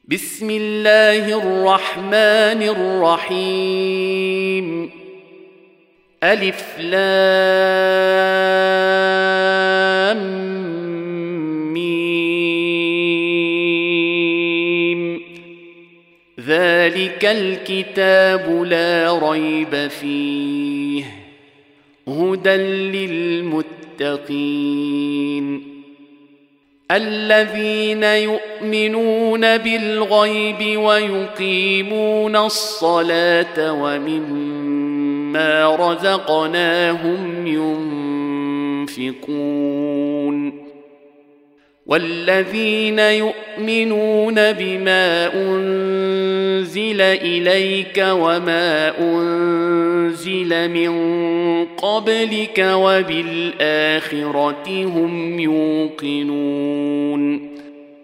بسم الله الرحمن الرحيم. ألف لام ميم. ذلك الكتاب لا ريب فيه هدى للمتقين الذين يؤمنون بالغيب ويقيمون الصلاة ومما رزقناهم ينفقون والذين يؤمنون بما أنزل إليك وما أنزل من قبلك وبالآخرة هم يوقنون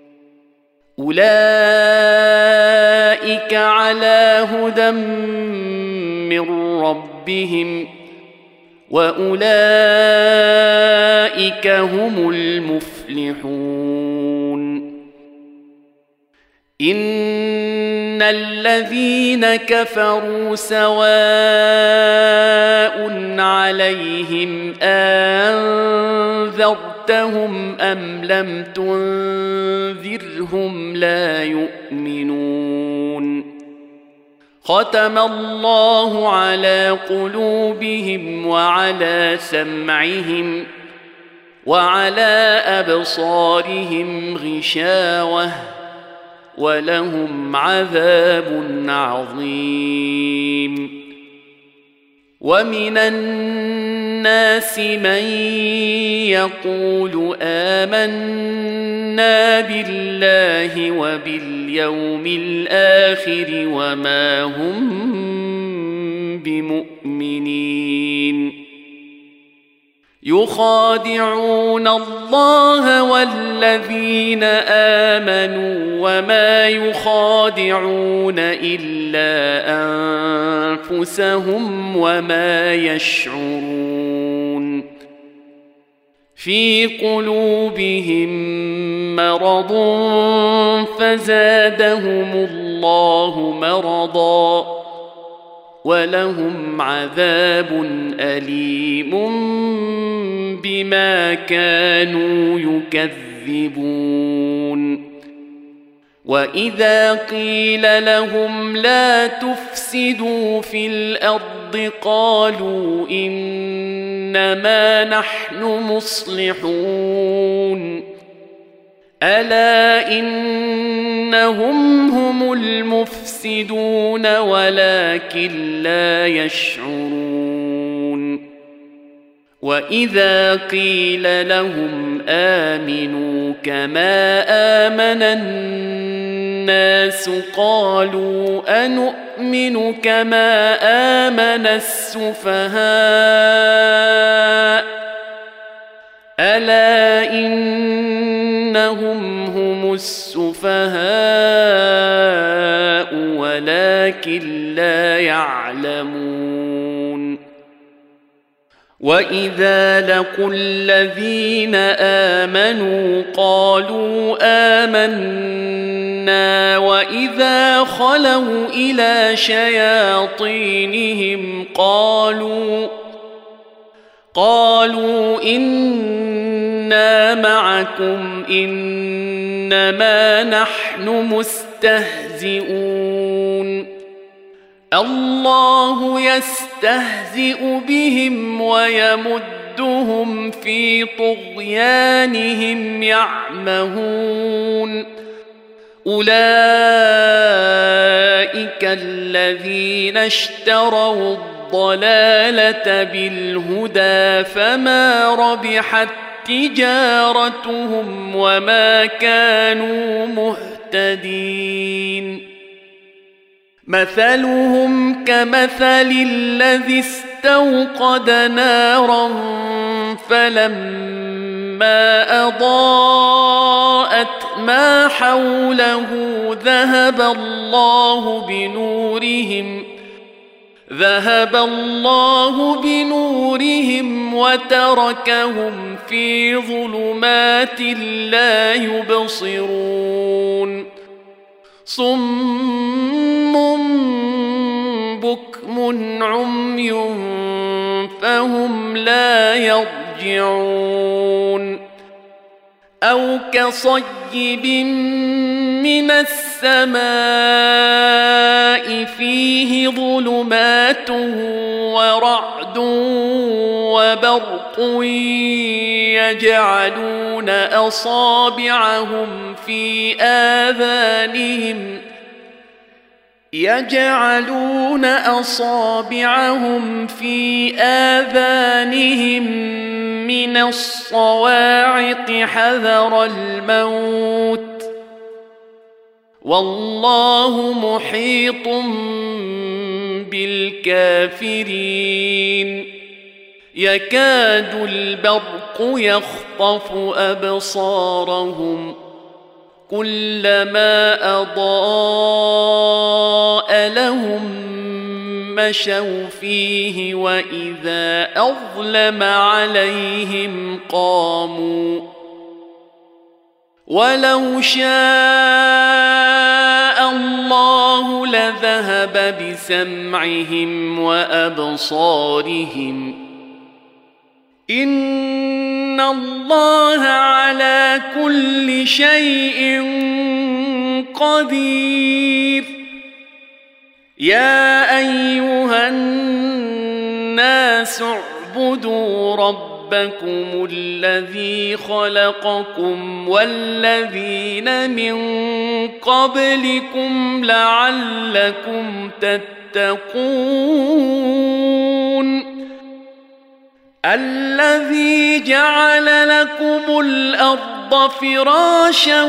أولئك على هدى من ربهم وأولئك هم المفلحون. إن الذين كفروا سواء عليهم أنذرتهم أم لم تنذرهم لا يؤمنون. ختم الله على قلوبهم وعلى سمعهم وعلى أبصارهم غشاوة ولهم عذاب عظيم. ومن الناس من يقول آمنا بالله وباليوم الآخر وما هم بمؤمنين يخادعون الله والذين آمنوا وما يخادعون إلا أنفسهم وما يشعرون. في قلوبهم مرض فزادهم الله مرضا ولهم عذاب أليم بما كانوا يكذبون. وإذا قيل لهم لا تفسدوا في الأرض قالوا إنما نحن مصلحون ألا إنهم هم المفسدون ولكن لا يشعرون. وإذا قيل لهم آمنوا كما آمن الناس قالوا أنؤمن كما آمن السفهاء ألا إنهم هم السفهاء ولكن لا يعلمون. وإذا لقوا الذين آمنوا قالوا آمنا وإذا خلوا إلى شياطينهم قالوا إنا معكم إنما نحن مستهزئون الله يستهزئ بهم ويمدهم في طغيانهم يعمهون. أولئك الذين اشتروا الضلالة بالهدى فما ربحت تجارتهم وما كانوا مهتدين. مثلهم كمثل الذي استوقد نارا فلما أضاءت ما حوله ذهب الله بنورهم وتركهم في ظلمات لا يبصرون صم بكم عمي فهم لا يرجعون أو كصيب من السماء فيه ظلمات ورعد وبرق يجعلون أصابعهم في آذانهم من الصواعق حذر الموت والله محيط بالكافرين يكاد البرق يخطف أبصارهم كلما أضاء لهم مشوا فيه وإذا أظلم عليهم قاموا ولو شاء الله لذهب بسمعهم وأبصارهم إن الله على كل شيء قدير يا أيها الناس اعبدوا ربكم الذي خلقكم والذين من قبلكم لعلكم تتقون الذي جعل لكم الأرض فراشا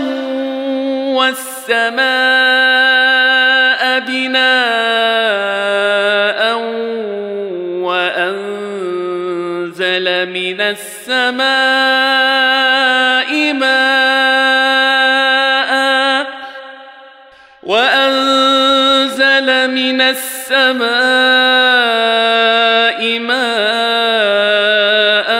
والسماء بناء وأنزل من السماء ماء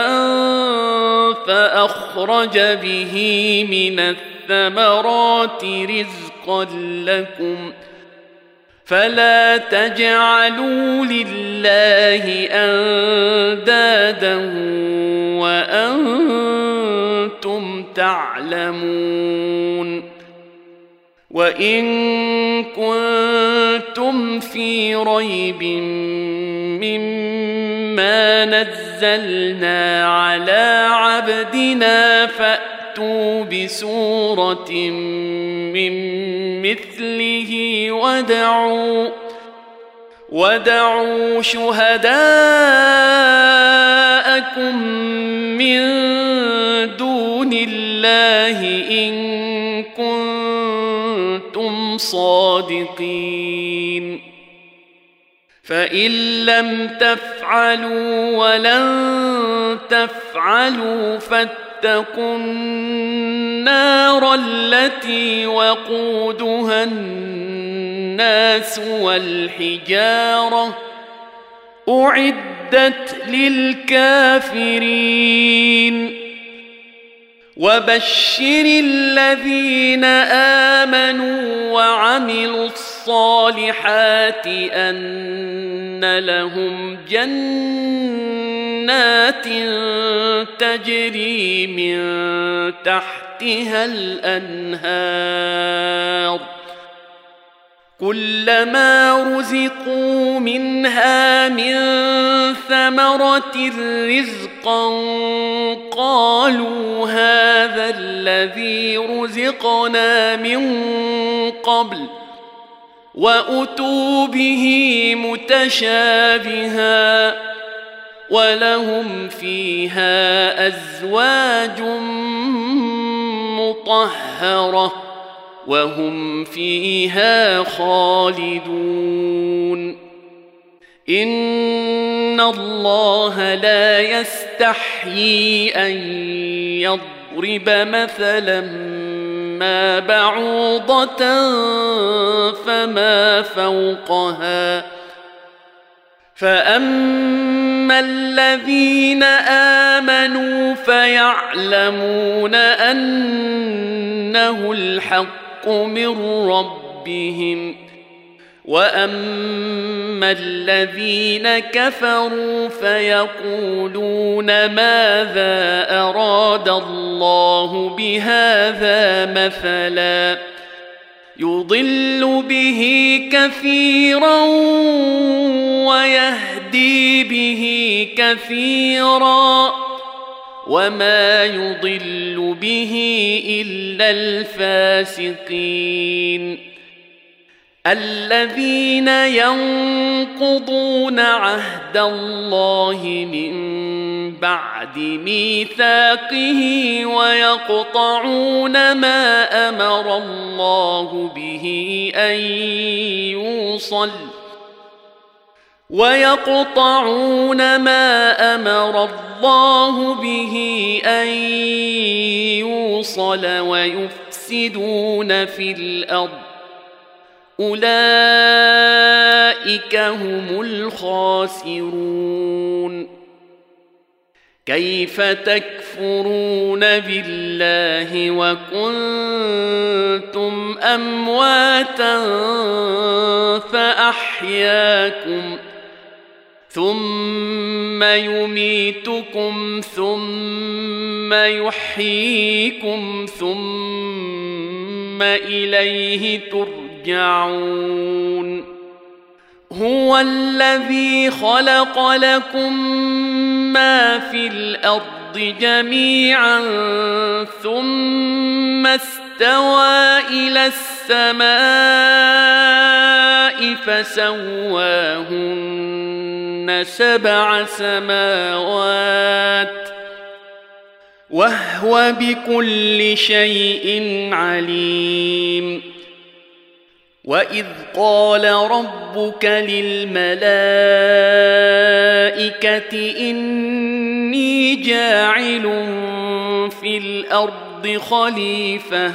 فأخرج به من الثمرات رزقا لكم فلا تجعلوا لله أندادا وأنتم تعلمون وإن كنتم في ريب مما نزلنا على عبدنا فأتوا بسورة من مثله ودعوا شهداءكم من دون الله إن كنتم صادقين فإن لم تفعلوا ولن تفعلوا فاتقوا النار التي وقودها الناس والحجارة أعدت للكافرين وبشر الذين آمنوا وعملوا الصالحات أن لهم جنات تجري من تحتها الأنهار كلما رزقوا منها من ثمرة رزقا قالوا هذا الذي رزقنا من قبل وأتوا به متشابها ولهم فيها أزواج مطهرة وهم فيها خالدون إن الله لا يستحيي أن يضرب مثلا ما بعوضة فما فوقها فأما الذين آمنوا فيعلمون أنه الحق من ربهم ربهم وأما الذين كفروا فيقولون ماذا أراد الله بهذا مثلا يضل به كثيرا ويهدي به كثيرا وما يضل به إلا الفاسقين الذين ينقضون عهد الله من بعد ميثاقه ويقطعون ما أمر الله به أن يوصل ويفسدون في الأرض أولئك هم الخاسرون كيف تكفرون بالله وكنتم أمواتا فأحياكم ثم يميتكم ثم يحييكم ثم إليه ترجعون هو الذي خلق لكم ما في الأرض جميعا ثم استوى إلى السماء فسواهن 7 سماوات وهو بكل شيء عليم وإذ قال ربك للملائكة إني جاعل في الأرض خليفة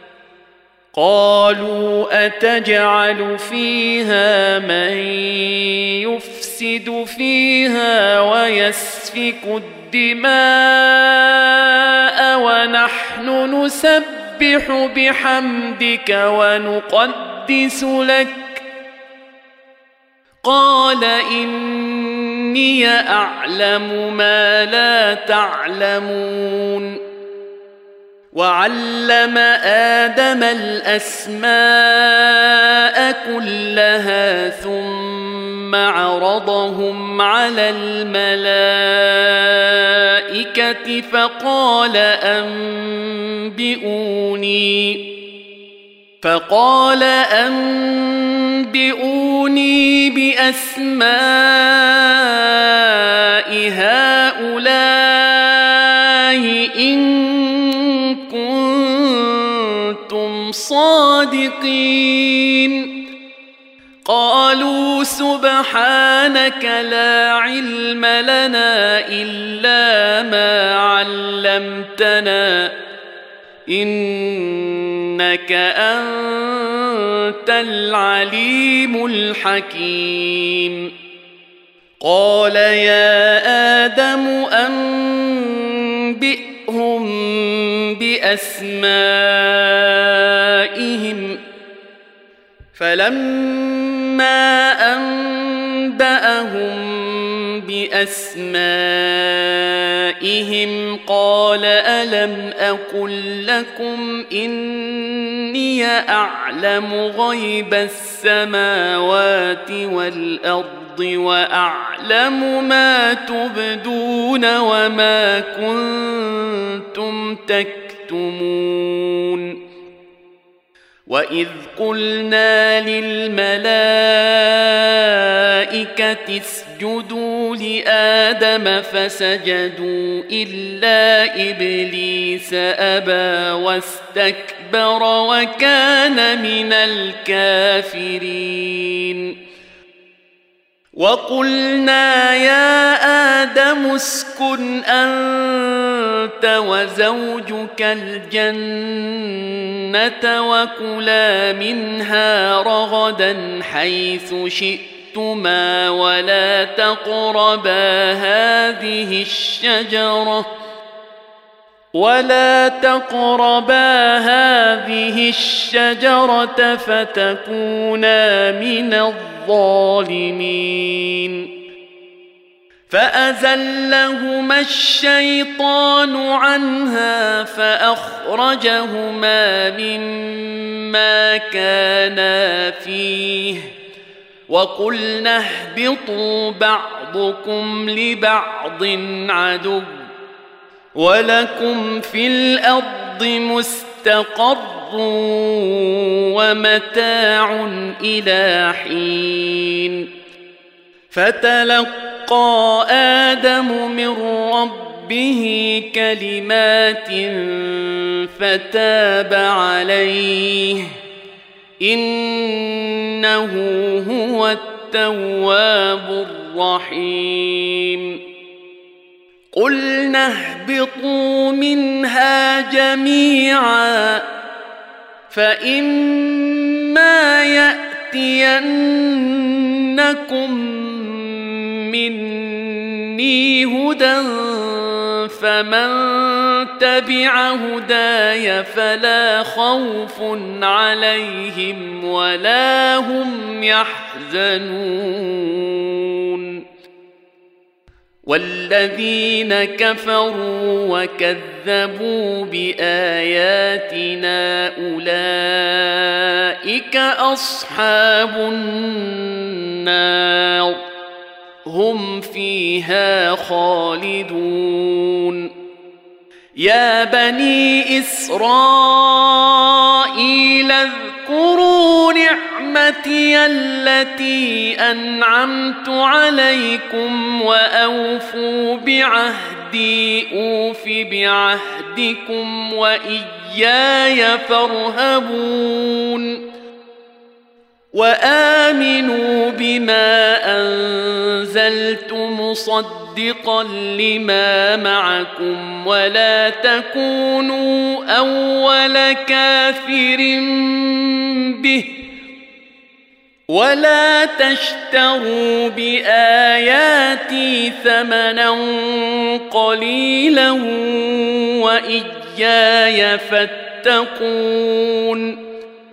قالوا أتجعل فيها من يفسد فيها ويسفك الدماء ونحن نسبح بحمدك ونقدس لك قال إني أعلم ما لا تعلمون وعلم آدم الأسماء كلها ثم عرضهم على الملائكة فقال أنبئوني بأسماء هؤلاء إن كنتم صادقين قالوا سبحانك لا علم لنا إلا ما علمتنا إنك أنت العليم الحكيم قال يا آدم أنبئهم بأسمائهم فلما أنبأهم بأسمائهم قال ألم أقل لكم إني أعلم غيب السماوات والأرض وأعلم ما تبدون وما كنتم تكتمون وإذ قلنا للملائكة اسجدوا لآدم فسجدوا إلا إبليس أبى واستكبر وكان من الكافرين وقلنا يا آدم اسكن أنت وزوجك الجنة وكلا منها رغدا حيث شئتما ولا تقربا هذه الشجرة ولا تقربا هذه الشجرة فتكونا من الظالمين فأزلهما الشيطان عنها فأخرجهما مما كانا فيه وقلنا اهبطوا بعضكم لبعض عدو ولكم في الأرض مستقر ومتاع إلى حين فتلقى آدم من ربه كلمات فتاب عليه إنه هو التواب الرحيم قلنا اهبطوا منها جميعا فإما يأتينكم مني هدى فمن تبع هداي فلا خوف عليهم ولا هم يحزنون والذين كفروا وكذبوا بآياتنا أولئك أصحاب النار هم فيها خالدون يا بني إسرائيل اذكروا نعمتي التي أنعمت عليكم وأوفوا بعهدي أوف بعهدكم وإياي فارهبون وآمنوا بما أنزلت مصدقا لما معكم ولا تكونوا أول كافر به ولا تشتروا بآياتي ثمنا قليلا وإياي فاتقون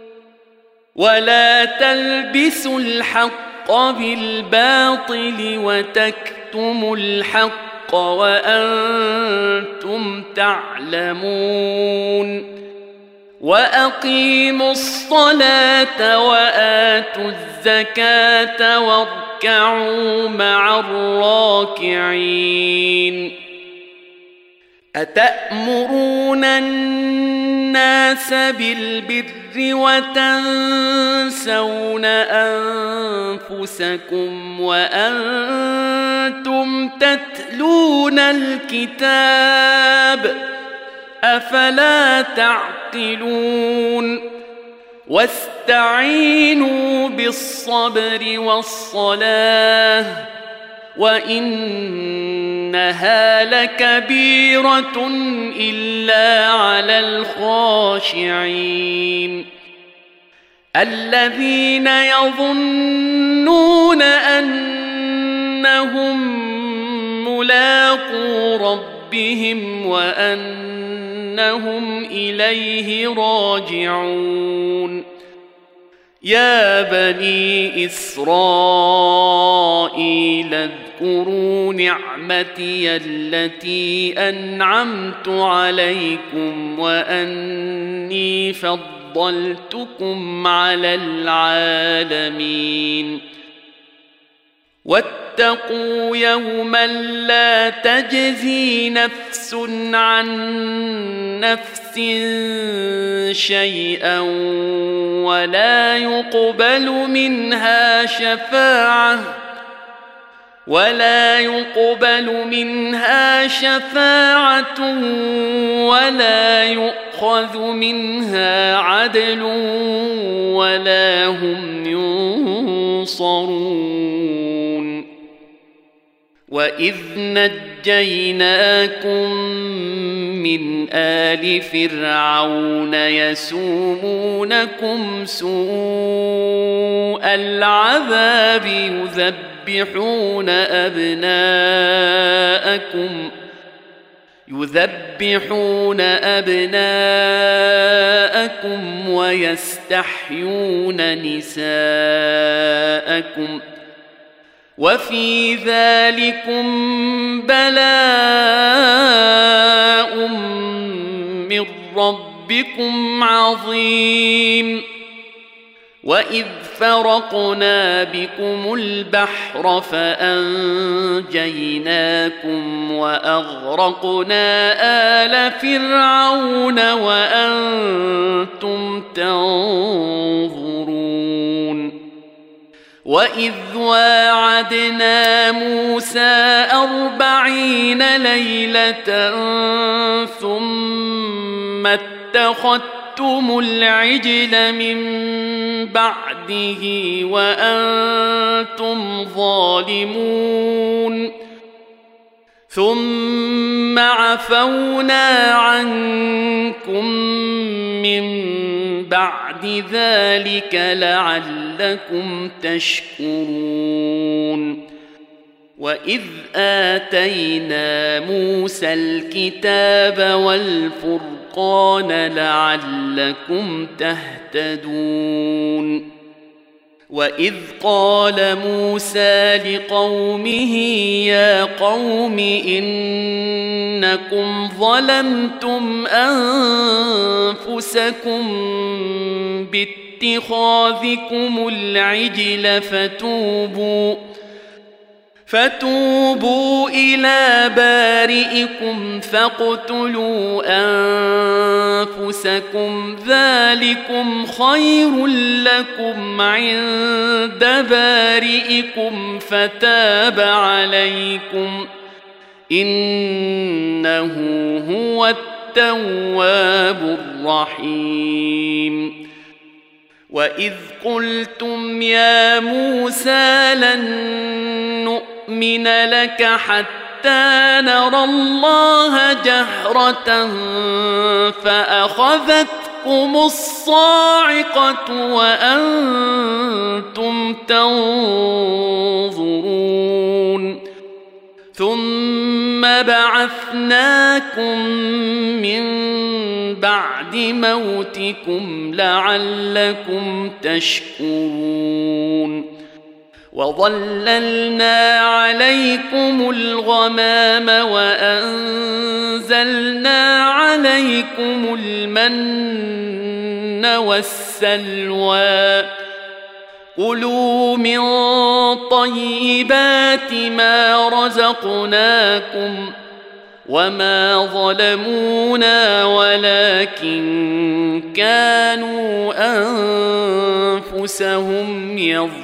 ولا تلبسوا الحق بالباطل وتكتموا الحق وأنتم تعلمون وأقيموا الصلاة وآتوا الزكاة واركعوا مع الراكعين أتأمرون الناس بالبر وتنسون أنفسكم وأنتم تتلون الكتاب أفلا تعقلون واستعينوا بالصبر والصلاة وإنها لكبيرة إلا على الخاشعين الذين يظنون أنهم ملاقو ربهم وأنهم إليه راجعون يا بني إسرائيل اذكروا نعمتي التي أنعمت عليكم وأني فضلتكم على العالمين واتقوا يوما لا تجزي نفس عن نفس شيئا ولا يقبل منها شفاعة ولا يؤخذ منها عدل ولا هم ينصرون وإذ نجيناكم من آل فرعون يسومونكم سوء العذاب يذبحون أبناءكم ويستحيون نساءكم وفي ذلكم بلاء من ربكم عظيم وإذ فرقنا بكم البحر فأنجيناكم وأغرقنا آل فرعون وأنتم تنظرون وإذ واعدنا موسى 40 ليلة ثم اتخذتم العجل من بعده وأنتم ظالمون ثم عفونا عنكم من بعد ذلك لعلكم تشكرون وإذ آتينا موسى الكتاب والفرقان لعلكم تهتدون وإذ قال موسى لقومه يا قوم إنكم ظلمتم أنفسكم باتخاذكم العجل فتوبوا إلى بارئكم فاقتلوا أنفسكم ذلكم خير لكم عند بارئكم فتاب عليكم إنه هو التواب الرحيم وإذ قلتم يا موسى لن نؤمن لك حتى نرى الله جهرة فأخذتكم الصاعقة وأنتم تنظرون ثم بعثناكم من بعد موتكم لعلكم تشكرون وظللنا عليكم الغمام وأنزلنا عليكم المن والسلوى كلوا من طيبات ما رزقناكم وما ظلمونا ولكن كانوا أنفسهم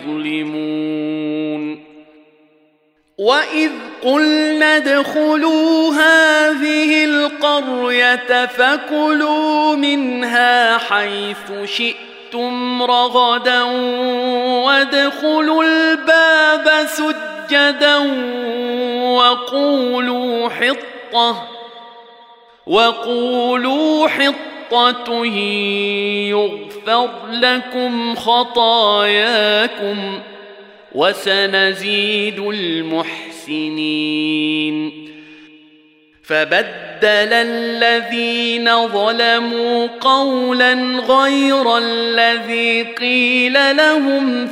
يظلمون وإذ قلنا ادخلوا هذه القرية فكلوا منها حيث شئتم رغدا وادخلوا الباب سجدا وقولوا حطة يغفر لكم خطاياكم وسنزيد المحسنين فبدل الذين ظلموا قولا غير الذي قيل لهم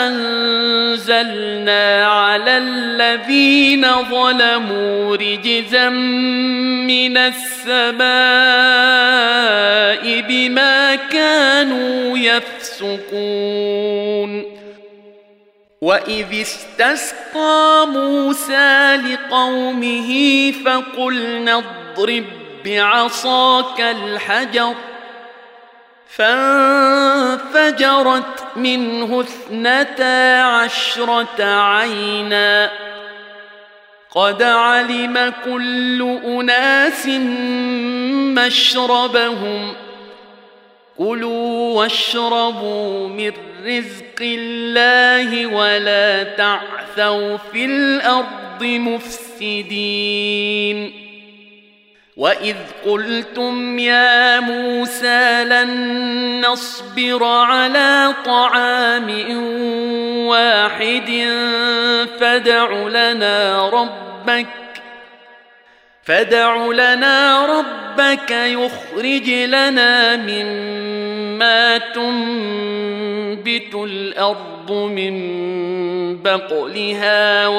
فأنزلنا على الذين ظلموا رجزا من السماء بما كانوا يفسقون وإذ استسقى موسى لقومه فقلنا اضرب بعصاك الحجر فانفجرت منه 12 عينا قد علم كل أناس مشربهم كلوا واشربوا من رزق الله ولا تعثوا في الأرض مفسدين وإذ قلتم يا موسى لن نصبر على طعام واحد فادع لنا ربك يخرج لنا مما تنبت الأرض من بقلها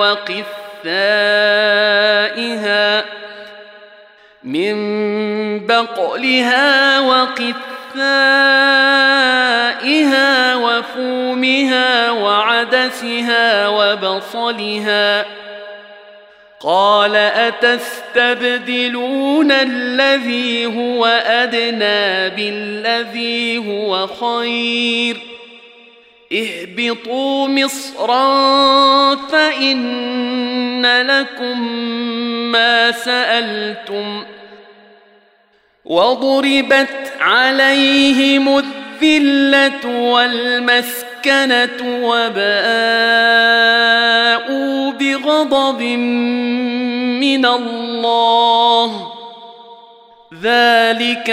وقثائها وفومها وعدسها وبصلها. قال أتستبدلون الذي هو أدنى بالذي هو خير اهبطوا مصرا فإن لكم ما سألتم وضربت عليهم الذلة والمسكنة وباءوا بغضب من الله ذلك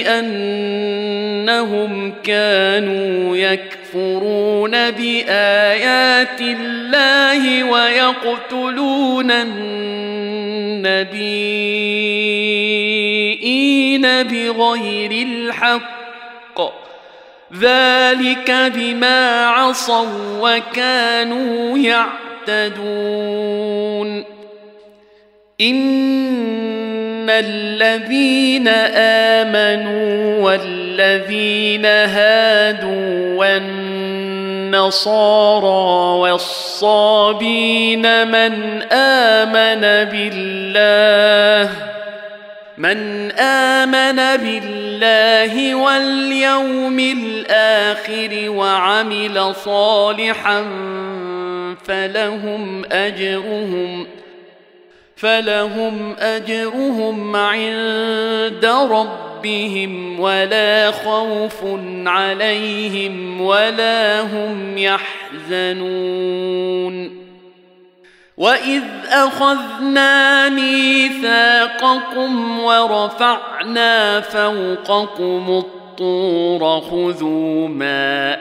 بأنهم كانوا يكفرون بآيات الله ويقتلون النبيين بغير الحق ذلك بما عصوا وكانوا يعتدون. إن الذين آمنوا والذين هادوا والنصارى والصابين من آمن بالله واليوم الآخر وعمل صالحا فلهم أجرهم عند ربهم ولا خوف عليهم ولا هم يحزنون. وإذ أخذنا ميثاقكم ورفعنا فوقكم الطور خذوا ما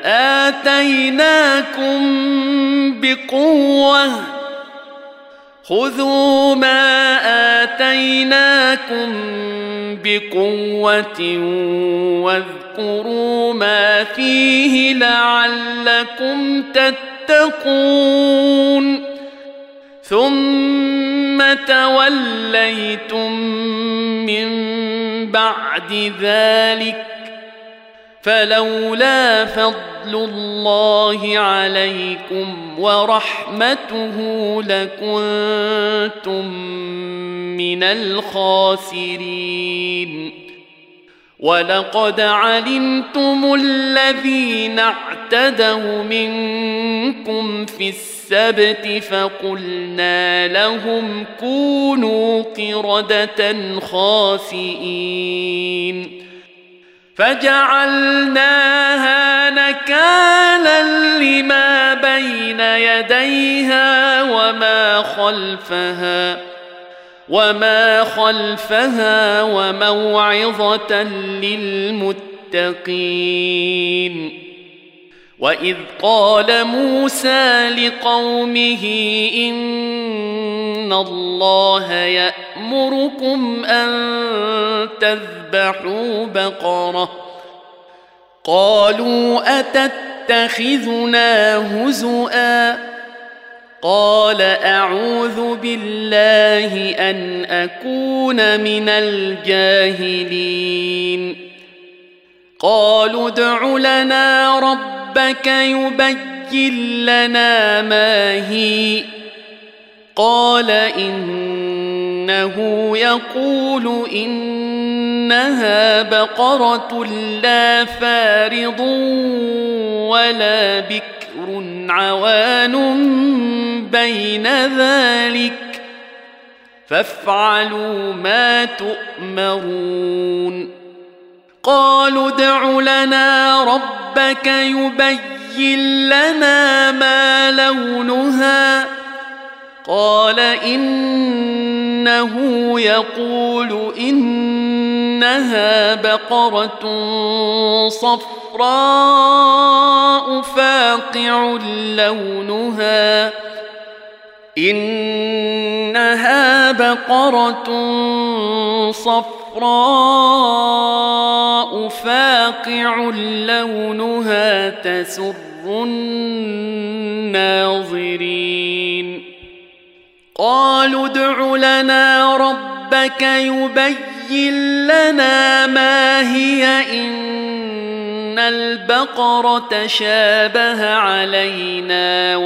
آتيناكم بقوة واذكروا ما فيه لعلكم تتقون. ثم توليتم من بعد ذلك فلولا فضل الله عليكم ورحمته لكنتم من الخاسرين. ولقد علمتم الذين اعتدوا منكم في السبت فقلنا لهم كونوا قردة خاسئين فجعلناها نكالا لما بين يديها وما خلفها وموعظة للمتقين. وإذ قال موسى لقومه إن الله يأمركم أن تذبحوا بقرة قالوا أتتخذنا هزؤا قال أعوذ بالله أن أكون من الجاهلين. قالوا ادع لنا ربك يبين لنا ما هي قال إنه يقول إنها بقرة لا فارض ولا بكر عوان بين ذلك فافعلوا ما تؤمرون. قالوا ادع لنا ربك يبين لنا ما لونها قال إنه يقول إنها بقرة صفراء فاقع لونها بقرة صفراء فاقع لونها تسر الناظرين قالوا ادع لنا ربك يبين لنا ما هي إن البقرة شابه علينا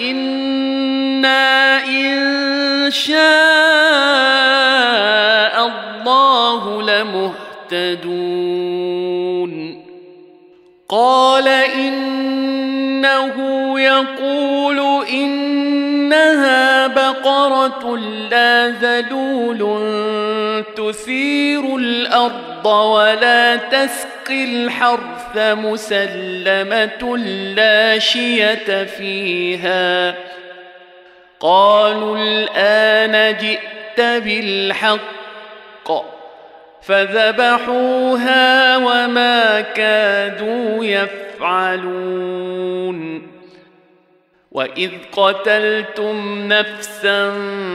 وإنا إن شاء الله لمهتدون قال إنه يقول إنها بقرة لا ذلول تثير الأرض ولا تسقي الحرث مسلمة لا شية فيها قالوا الآن جئت بالحق فذبحوها وما كادوا يفعلون وإذ قتلتم نفسا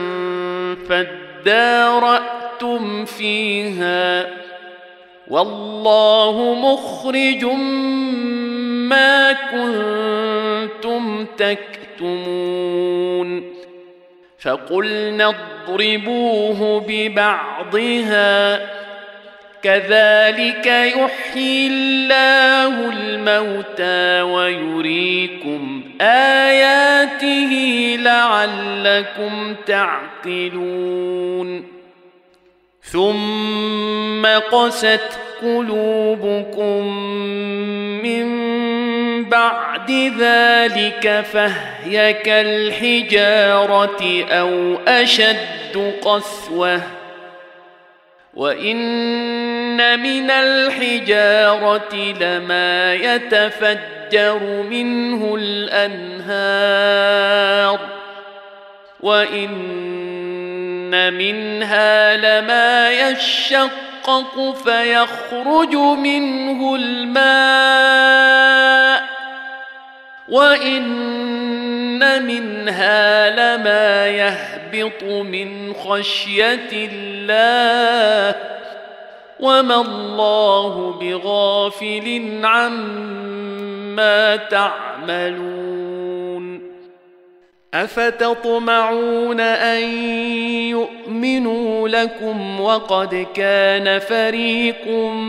فادارأتم فيها والله مخرج ما كنتم تكتمون فقلنا اضربوه ببعضها كذلك يحيي الله الموتى ويريكم آياته لعلكم تعقلون ثم قست قلوبكم من بعد ذلك فهي كالحجارة أو أشد قسوة وإن من الحجارة لما يتفجر منه الأنهار وإن منها لما يشقق فيخرج منه الماء وإن منها لما يهبط من خشية الله وما الله بغافل عما تعملون أفتطمعون أن يؤمنوا لكم وقد كان فريق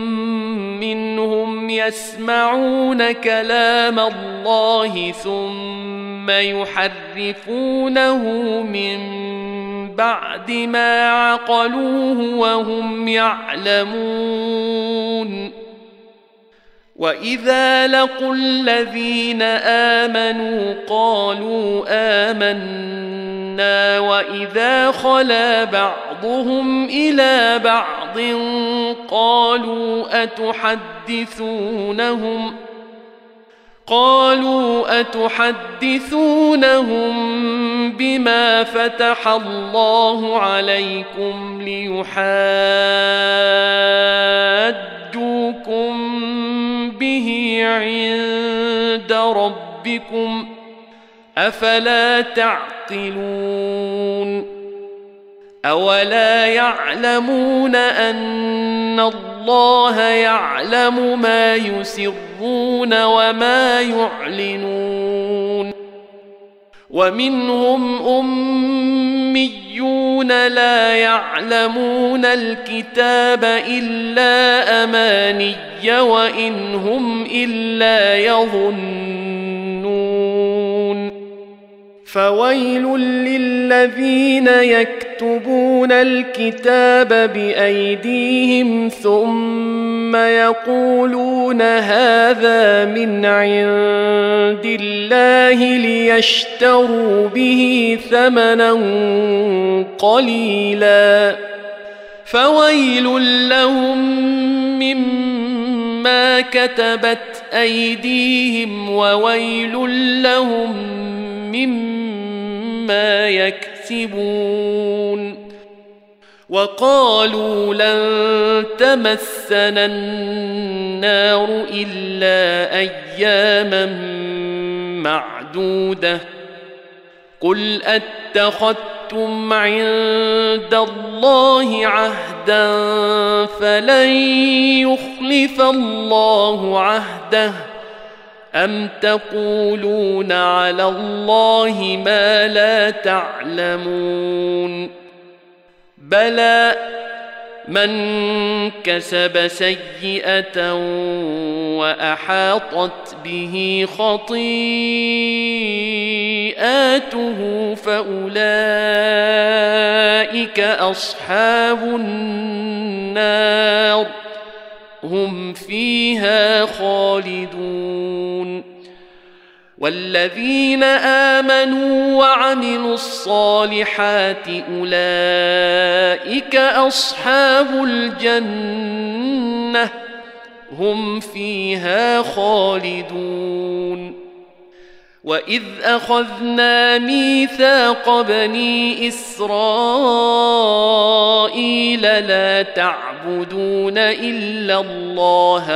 منهم يسمعون كلام الله ثم يحرفونه من بعد ما عقلوه وهم يعلمون وإذا لقوا الذين آمنوا قالوا آمنا وإذا خلا بعضهم إلى بعض قالوا أتحدثونهم بما فتح الله عليكم ليحاجوكم به عند ربكم أفلا تعقلون أولا يعلمون أن الله يعلم ما يسرون وما يعلنون ومنهم أميون لا يعلمون الكتاب إلا أماني وإن هم إلا يظنون فويل للذين يكتبون الكتاب بأيديهم ثم يقولون هذا من عند الله ليشتروا به ثمنا قليلا فويل لهم مما كتبت أيديهم وويل لهم مما يكسبون وقالوا لن تمسنا النار إلا أياما معدودة قل أتخذتم اتخذتم عند الله عهدا فلن يخلف الله عهده أم تقولون على الله ما لا تعلمون بلى من كسب سيئة وأحاطت به خطيئاته فأولئك أصحاب النار هم فيها خالدون والذين آمنوا وعملوا الصالحات أولئك أصحاب الجنة هم فيها خالدون وإذ أخذنا ميثاق بني إسرائيل لا تعبدون إلا الله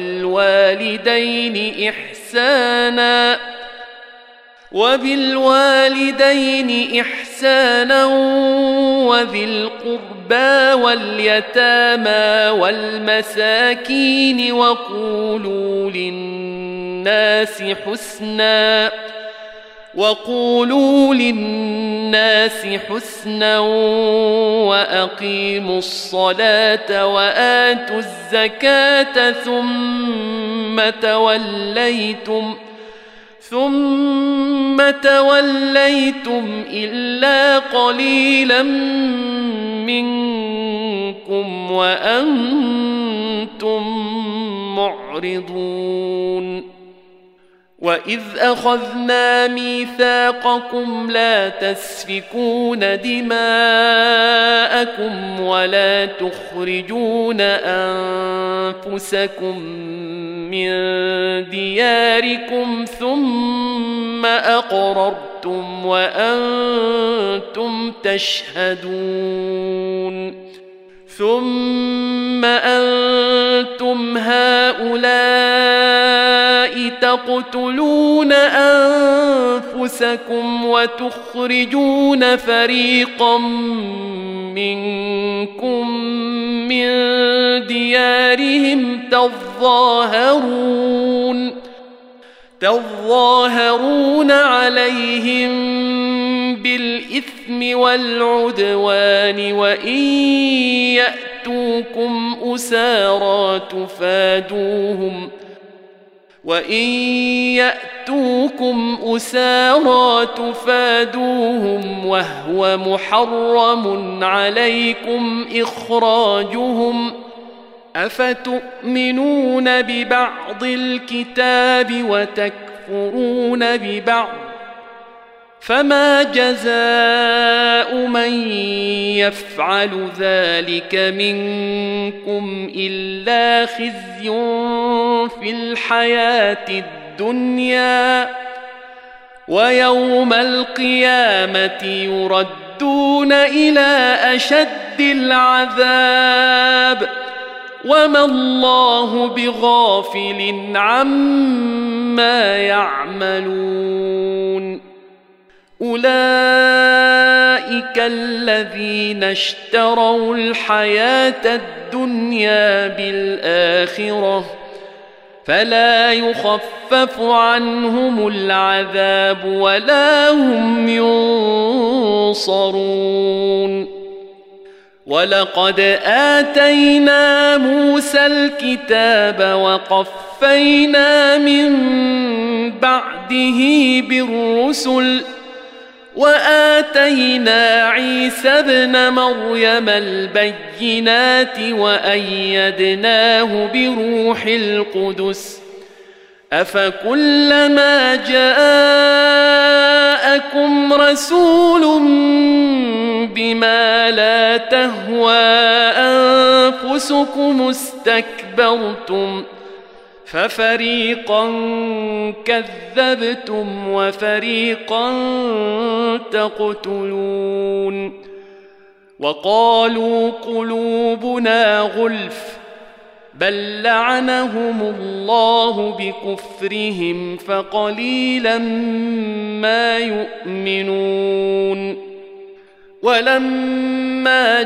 وبالوالدين إحسانا وذي القربى واليتامى والمساكين وقولوا للناس حسنا وأقيموا الصلاة وآتوا الزكاة ثم توليتم إلا قليلا منكم وأنتم معرضون وإذ أخذنا ميثاقكم لا تسفكون دماءكم ولا تخرجون أنفسكم من دياركم ثم أقررتم وأنتم تشهدون ثم أنتم هؤلاء تقتلون أنفسكم وتخرجون فريقا منكم من ديارهم تظاهرون عليهم بالإثم والعدوان وإن يأتوكم أسارى تفادوهم وهو محرم عليكم إخراجهم أفتؤمنون ببعض الكتاب وتكفرون ببعض فما جزاء من يفعل ذلك منكم إلا خزي في الحياة الدنيا ويوم القيامة يردون إلى أشد العذاب وما الله بغافل عما يعملون أولئك الذين اشتروا الحياة الدنيا بالآخرة فلا يخفف عنهم العذاب ولا هم ينصرون ولقد آتينا موسى الكتاب وقفينا من بعده بالرسل وآتينا عيسى ابن مريم البينات وأيدناه بروح القدس أفكلما جاءكم رسول بما لا تهوى أنفسكم استكبرتم ففريقا كذبتم وفريقا تقتلون وقالوا قلوبنا غلف بل لعنهم الله بكفرهم فقليلا ما يؤمنون ولما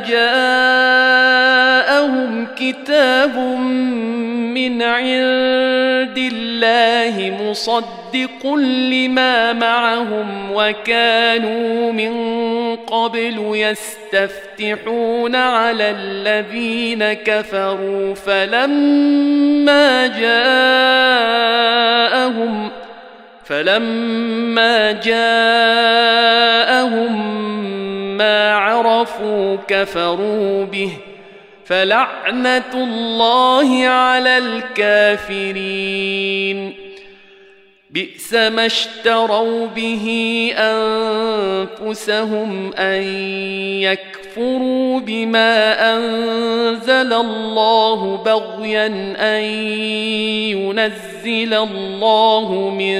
جاءهم كتاب من عند الله مصدق لما معهم وكانوا من قبل يستفتحون على الذين كفروا فلما جاءهم ما عرفوا كفروا به فلعنة الله على الكافرين بئس ما اشتروا به أنفسهم أن يكفروا بما أنزل الله بغيا أن ينزل الله من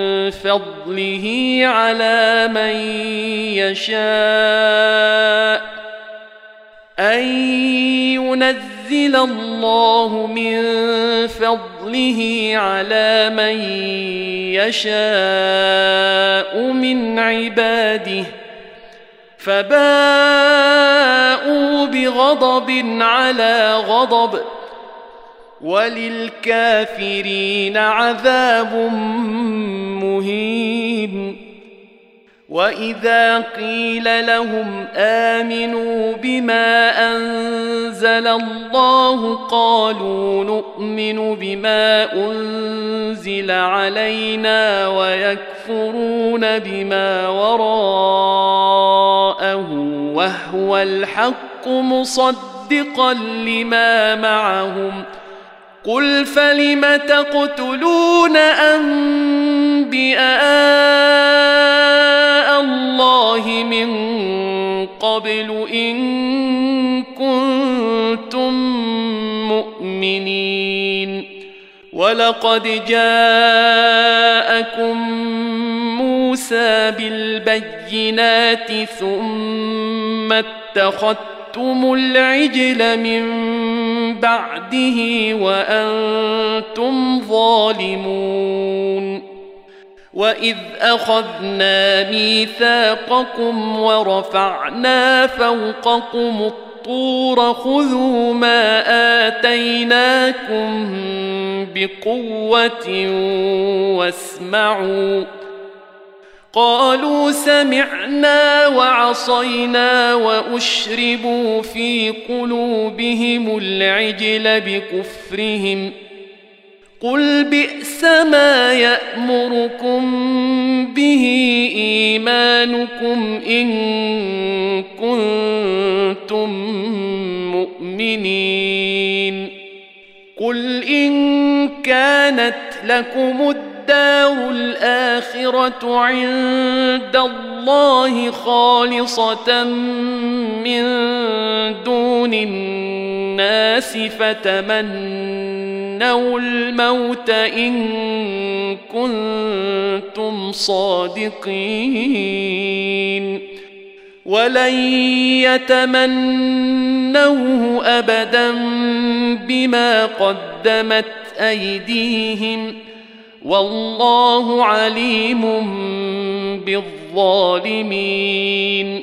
فضله على من يشاء من عباده فباءوا بغضب على غضب وللكافرين عذاب مهين وإذا قيل لهم آمنوا بما أنزل الله قالوا نؤمن بما أنزل علينا ويكفرون بما وراءه وهو الحق مصدقا لما معهم قل فلم تقتلون أنبياء الله من قبل إن كنتم مؤمنين ولقد جاءكم موسى بالبينات ثم اتخذتم العجل من بعده وأنتم ظالمون وإذ أخذنا ميثاقكم ورفعنا فوقكم الطور خذوا ما آتيناكم بقوة واسمعوا قالوا سمعنا وعصينا وأشربوا في قلوبهم العجل بكفرهم قل بئس ما يأمركم به إيمانكم إن كنتم مؤمنين قل إن كانت لكم الدار الآخرة عند الله خالصة من دون الناس فتمنوا الموت إن كنتم صادقين ولن يتمنوه أبدا بما قدمت أيديهم والله عليم بالظالمين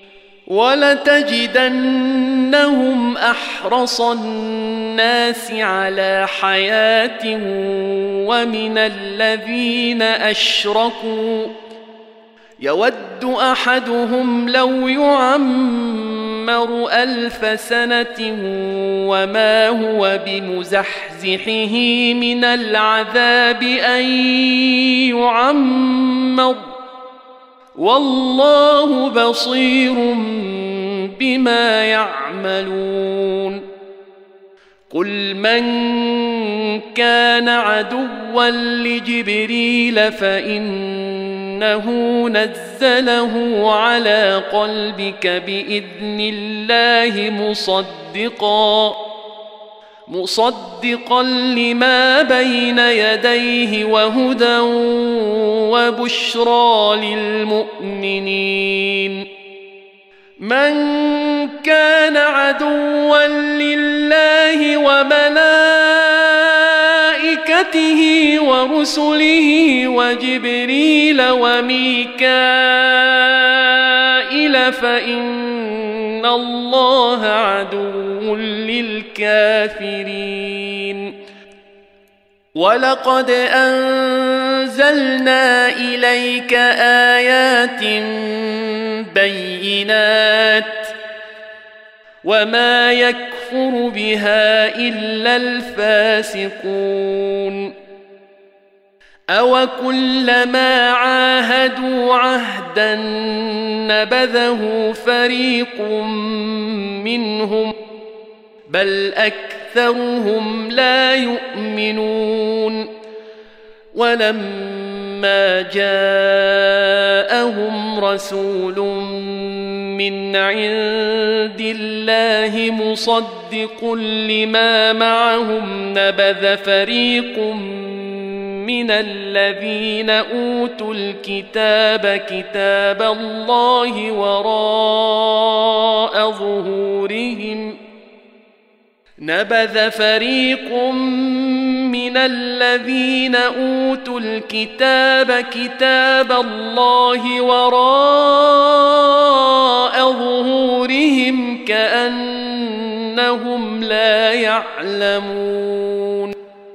ولتجدنهم أحرص الناس على حياة ومن الذين أشركوا يود أحدهم لو يعمر 1000 سنة وما هو بمزحزحه من العذاب أن يعمر والله بصير بما يعملون قل من كان عدوا لجبريل فإنه نزله على قلبك بإذن الله مصدقا لما بين يديه وهدى وبشرى للمؤمنين من كان عدوا لله وملائكته ورسله وجبريل وميكائيل فإن الله عدو للكافرين ولقد أنزلنا إليك آيات بينات وما يكفر بها إلا الفاسقون أوكلما عاهدوا عهدا نبذه فريق منهم بل أكثرهم لا يؤمنون ولما جاءهم رسول من عند الله مصدق لما معهم نبذ فريق من الذين أوتوا الكتاب كتاب الله وراء ظهورهم نبذ فريق من الذين أوتوا الكتاب كتاب الله وراء ظهورهم كأنهم لا يعلمون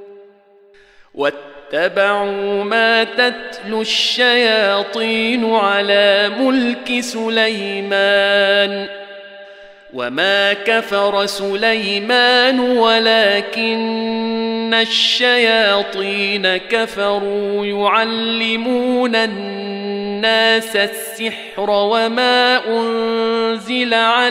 واتبعوا ما تتلو الشياطين على ملك سليمان وما كفر سليمان ولكن الشياطين كفروا يعلمون الناس السحر وما أنزل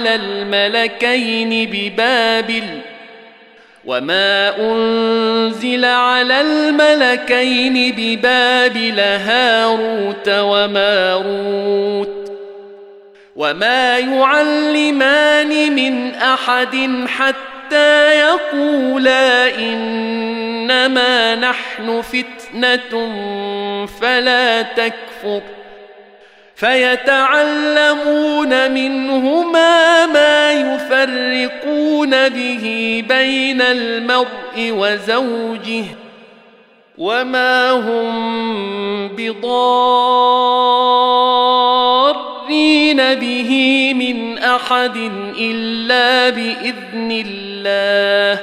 على الملكين ببابل هاروت وماروت وما يعلمان من أحد حتى يقولا إنما نحن فتنة فلا تكفر فيتعلمون منهما ما يفرقون به بين المرء وزوجه وما هم بضارين به من أحد إلا بإذن الله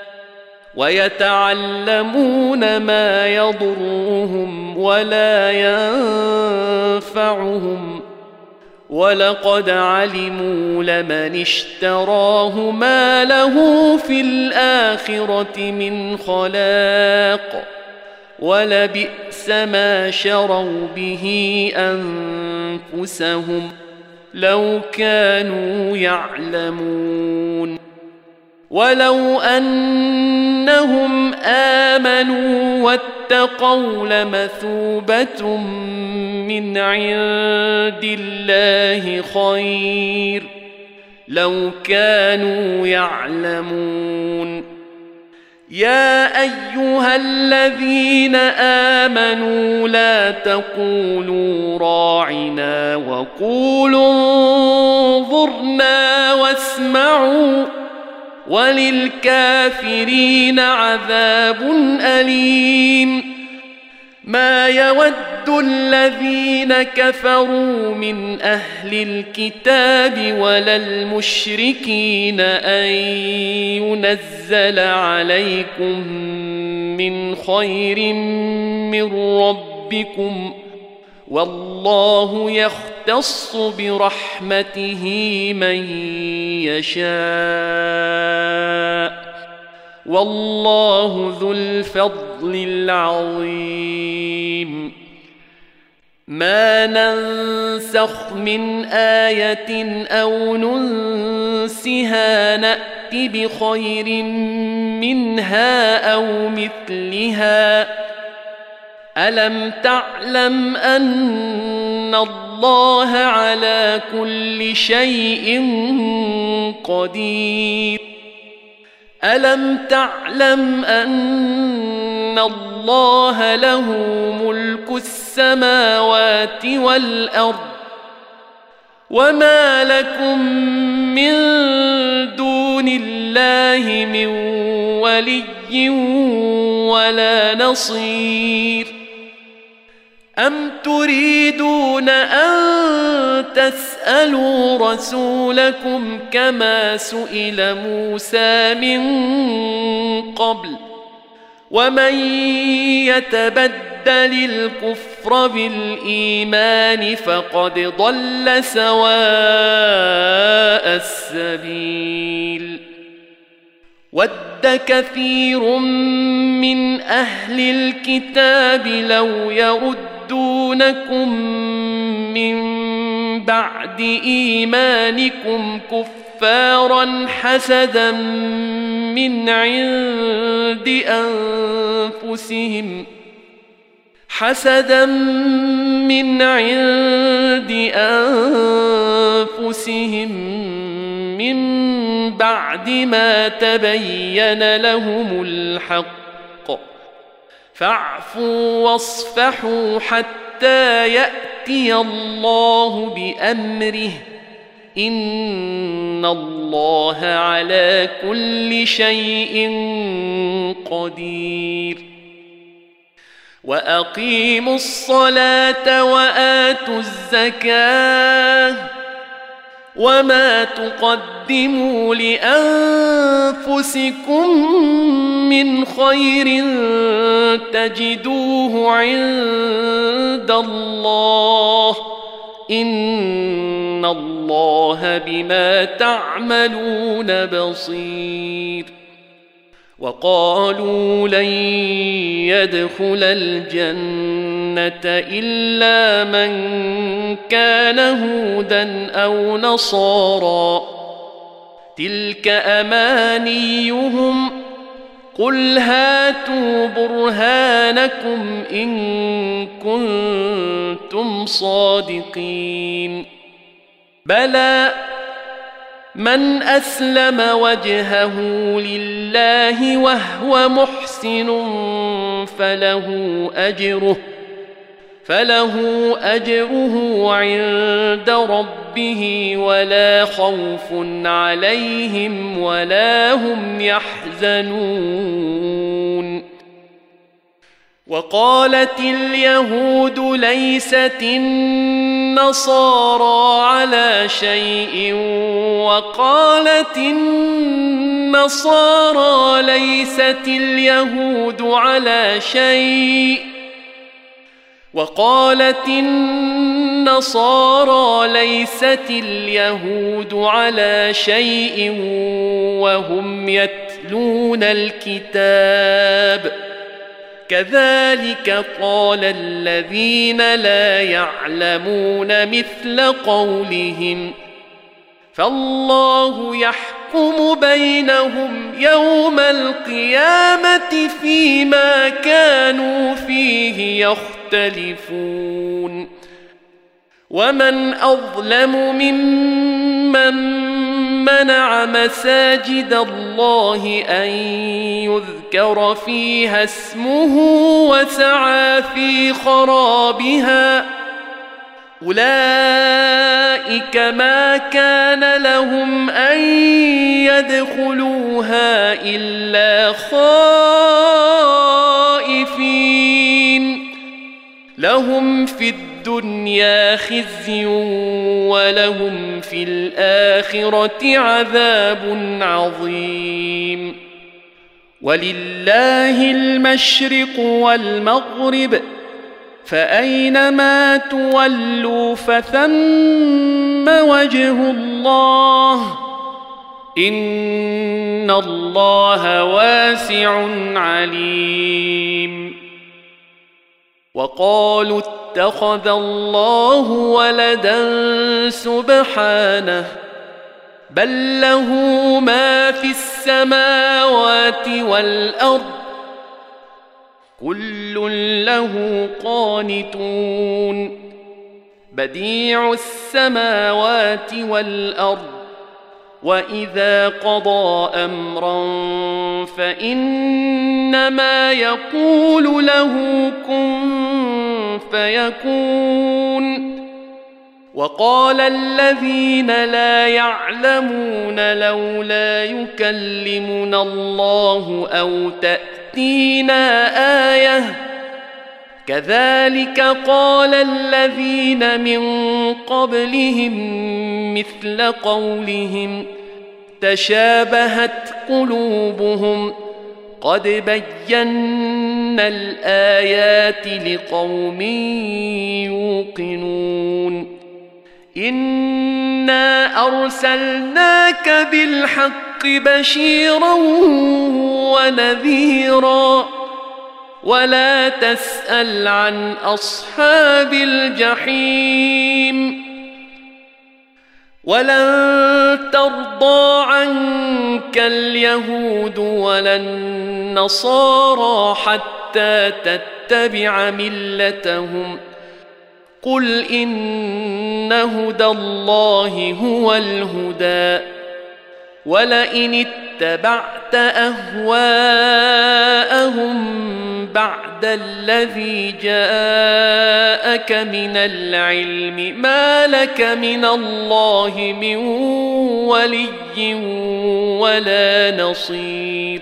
ويتعلمون ما يضرهم ولا ينفعهم ولقد علموا لمن اشتراه ما له في الآخرة من خلاق ولبئس ما شروا به أنفسهم لو كانوا يعلمون ولو أنهم آمنوا واتقوا لمثوبة من عند الله خير لو كانوا يعلمون يا أيها الذين آمنوا لا تقولوا راعنا وقولوا انظرنا واسمعوا وللكافرين عذاب أليم ما يود الذين كفروا من أهل الكتاب ولا المشركين أن ينزل عليكم من خير من ربكم والله يختص برحمته من يشاء والله ذو الفضل العظيم ما ننسخ من آية أو ننسها نأت بخير منها أو مثلها ألم تعلم أن الله على كل شيء قدير ألم تعلم أن الله له ملك السماوات والأرض وما لكم من دون الله من ولي ولا نصير أم تريدون أن تسألوا تسألوا رسولكم كما سئل موسى من قبل ومن يتبدل الكفر بالإيمان فقد ضل سواء السبيل ود كثير من أهل الكتاب لو يردونكم من بعد إيمانكم كفارا حسدا من عند أنفسهم من بعد ما تبين لهم الحق فاعفوا واصفحوا حتى يأتي الله بأمره إن الله على كل شيء قدير وأقيموا الصلاة وآتوا الزكاة وما تقدموا لأنفسكم من خير تجدوه عند الله إن الله بما تعملون بصير وقالوا لن يدخل الجنة إلا من كان هودا أو نصارى تلك أمانيهم قل هاتوا برهانكم إن كنتم صادقين بلى من أسلم وجهه لله وهو محسن فله أجره عند ربه ولا خوف عليهم ولا هم يحزنون وقالت اليهود ليست النصارى على شيء وقالت النصارى ليست اليهود على شيء وهم يتلون الكتاب كذلك قال الذين لا يعلمون مثل قولهم فالله يحكم بينهم يوم القيامة فيما كانوا فيه يختلفون ومن أظلم ممن منع مساجد الله أن يذكر فيها اسمه وسعى في خرابها أولئك ما كان لهم أن يدخلوها إلا خائفين لهم في الدنيا خزي ولهم في الآخرة عذاب عظيم ولله المشرق والمغرب فأينما تولوا فثم وجه الله إن الله واسع عليم وقالوا اتخذ الله ولدا سبحانه بل له ما في السماوات والأرض كل له قانتون بديع السماوات والأرض وإذا قضى أمرا فإنما يقول له كن فيكون وقال الذين لا يعلمون لولا يكلمنا الله أو تأتينا آية كذلك قال الذين من قبلهم مثل قولهم تشابهت قلوبهم قد بينا الآيات لقوم يوقنون إنا أرسلناك بالحق بشيرا ونذيرا ولا تسأل عن أصحاب الجحيم ولن ترضى عنك اليهود ولا النصارى حتى تتبع ملتهم قل إن هدى الله هو الهدى ولئن اتبعت أهواءهم بعد الذي جاءك من العلم ما لك من الله من ولي ولا نصير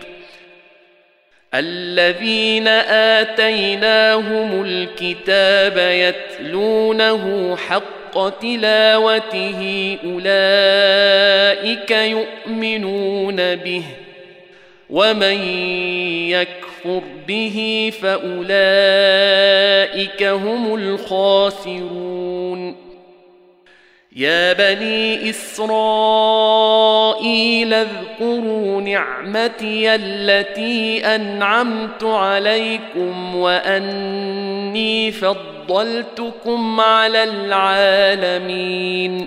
الذين آتيناهم الكتاب يتلونه حق تلاوته أولئك يؤمنون به ومن يكفر به فأولئك هم الخاسرون يا بني إسرائيل اذكروا نعمتي التي أنعمت عليكم وأني فضلتكم على العالمين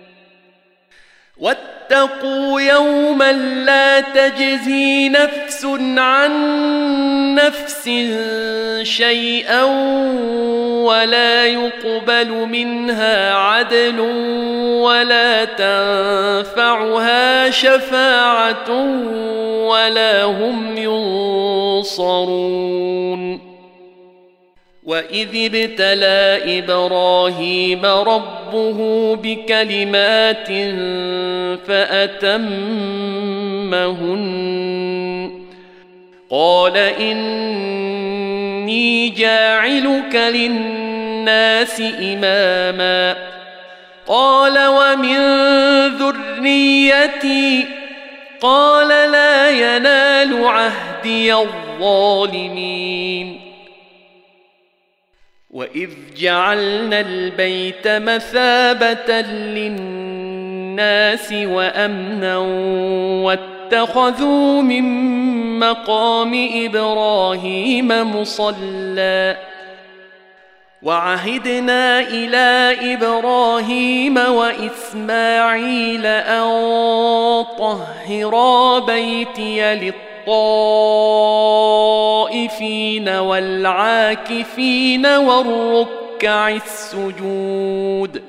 واتقوا يوما لا تجزي نفس عن نفس شيئا ولا يقبل منها عدل ولا تنفعها شفاعة ولا هم ينصرون وإذ ابتلى إبراهيم ربه بكلمات فأتمهن قال إني جاعلك للناس إماما قال ومن ذريتي قال لا ينال عهدي الظالمين وإذ جعلنا البيت مثابة للناس وأمنا واتخذوا من مقام إبراهيم مصلى وعهدنا إلى إبراهيم وإسماعيل أن طهرا بيتي للطائفين والعاكفين والركع السجود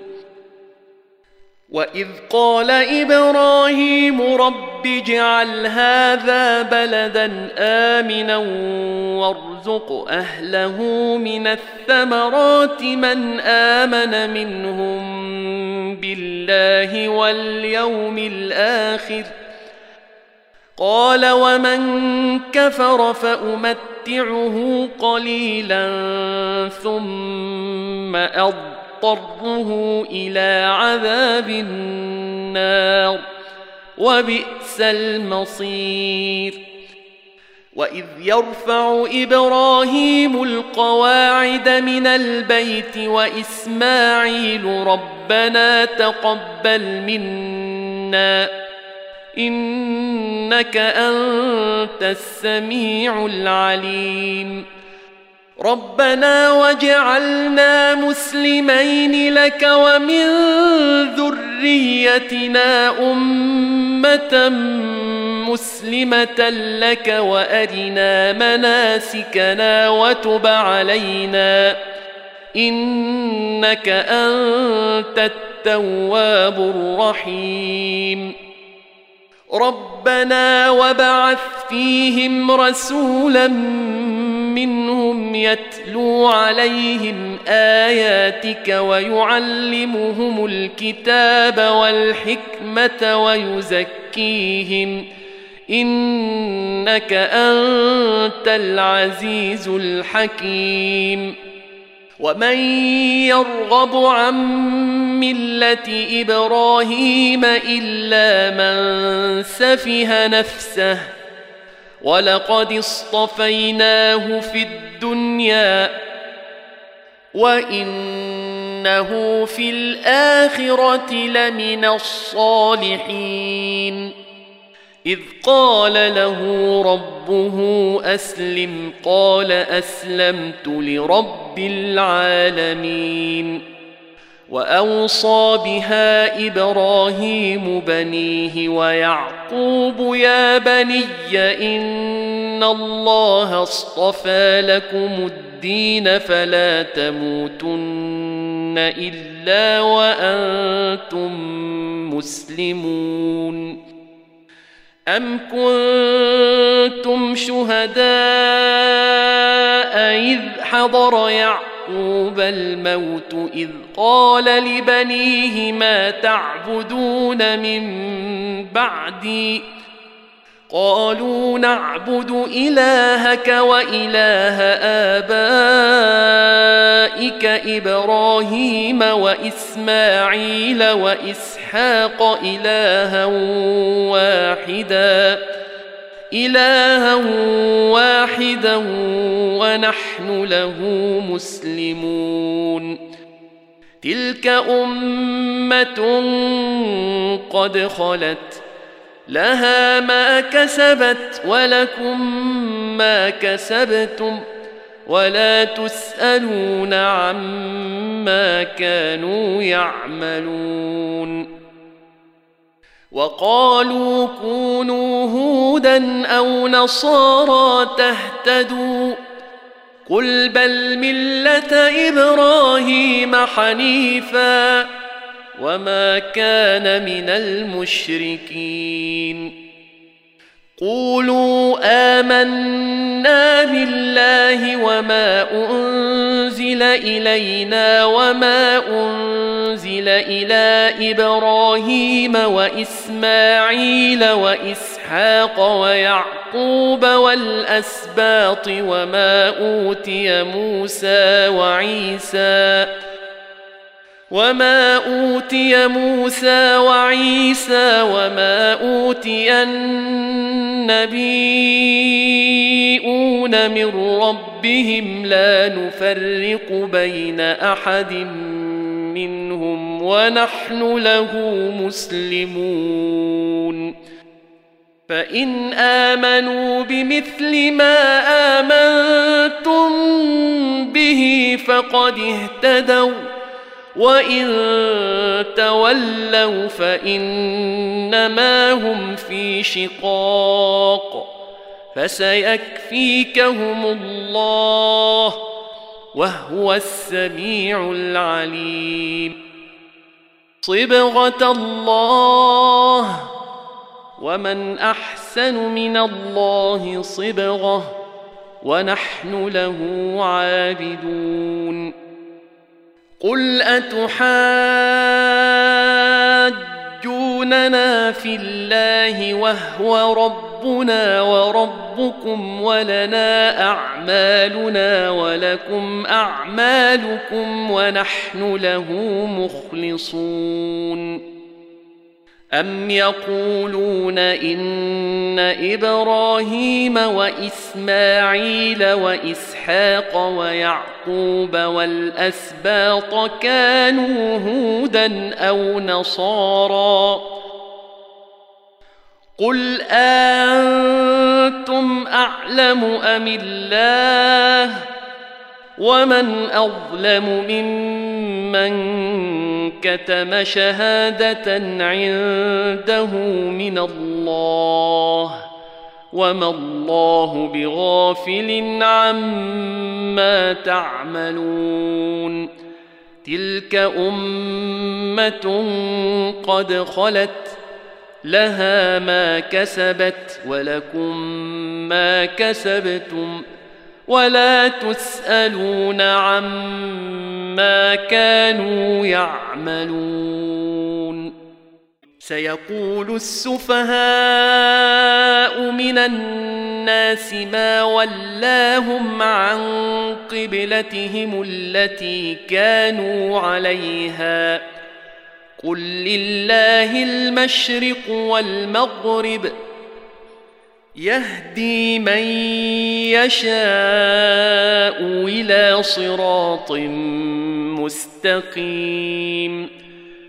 وإذ قال إبراهيم رب اجعل هذا بلدا آمنا وارزق أهله من الثمرات من آمن منهم بالله واليوم الآخر قال ومن كفر فأمتعه قليلا ثم أضطره إلى عذاب النار وبئس المصير وإذ يرفع إبراهيم القواعد من البيت وإسماعيل ربنا تقبل منا إنك أنت السميع العليم ربنا واجعلنا مسلمين لك ومن ذريتنا أمة مسلمة لك وأرنا مناسكنا وتب علينا إنك أنت التواب الرحيم ربنا وابعث فيهم رسولا منهم يتلو عليهم آياتك ويعلمهم الكتاب والحكمة ويزكيهم إنك أنت العزيز الحكيم ومن يرغب عن ملة إبراهيم إلا من سفه نفسه ولقد اصطفيناه في الدنيا وإنه في الآخرة لمن الصالحين إذ قال له ربه أسلم قال أسلمت لرب العالمين وأوصى بها إبراهيم بنيه ويعقوب يا بني إن الله اصطفى لكم الدين فلا تموتن إلا وأنتم مسلمون أم كنتم شهداء إذ حضر يعقوب الموت إذ قال لبنيه ما تعبدون من بعدي قالوا نعبد إلهك وإله آبائك إبراهيم وإسماعيل وإسحاق إلها واحدا ونحن له مسلمون تلك أمة قد خلت لها ما كسبت ولكم ما كسبتم ولا تسألون عما كانوا يعملون وقالوا كونوا هودا أو نصارى تهتدوا قل بل ملة إبراهيم حنيفا وما كان من المشركين قولوا آمنا بالله وما أنزل إلينا وما أنزل إلى إبراهيم وإسماعيل وإسحاق ويعقوب والأسباط وما أوتي موسى وعيسى وما أوتي النبيون من ربهم لا نفرق بين أحد منهم ونحن له مسلمون فإن آمنوا بمثل ما آمنتم به فقد اهتدوا وإن تولوا فإنما هم في شقاق فسيكفيكهم الله وهو السميع العليم صبغة الله ومن أحسن من الله صبغة ونحن له عابدون قل أتحاجوننا في الله وهو ربنا وربكم ولنا أعمالنا ولكم أعمالكم ونحن له مخلصون أم يقولون إن إبراهيم وإسماعيل وإسحاق ويعقوب والأسباط كانوا هودا أو نصارى قل أنتم أعلم أم الله ومن أظلم ممن كتم شهادة عنده من الله وما الله بغافل عما تعملون تلك أمة قد خلت لها ما كسبت ولكم ما كسبتم ولا تسألون عما كانوا يعملون سيقول السفهاء من الناس ما ولاهم عن قبلتهم التي كانوا عليها قل لله المشرق والمغرب يهدي من يشاء إلى صراط مستقيم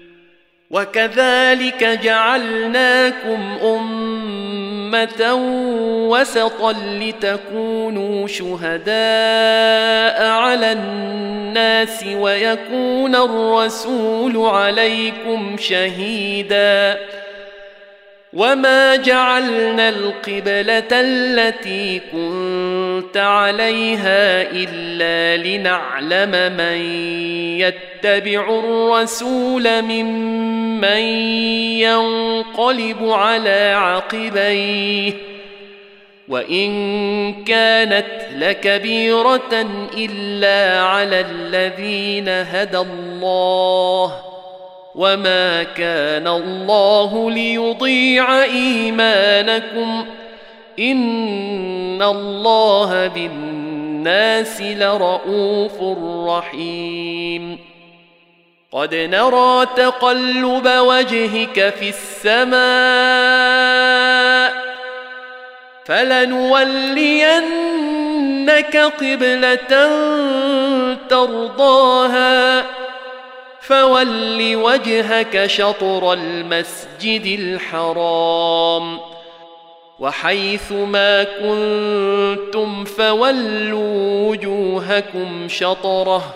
وكذلك جعلناكم أمة وسطا لتكونوا شهداء على الناس ويكون الرسول عليكم شهيدا وما جعلنا القبلة التي كنت عليها إلا لنعلم من يتبع الرسول ممن ينقلب على عقبيه وإن كانت لكبيرة إلا على الذين هدى الله وما كان الله ليضيع إيمانكم إن الله بالناس لرءوف رحيم قد نرى تقلب وجهك في السماء فلنولينك قبلة ترضاها فول وجهك شطر المسجد الحرام وحيث ما كنتم فولوا وجوهكم شطره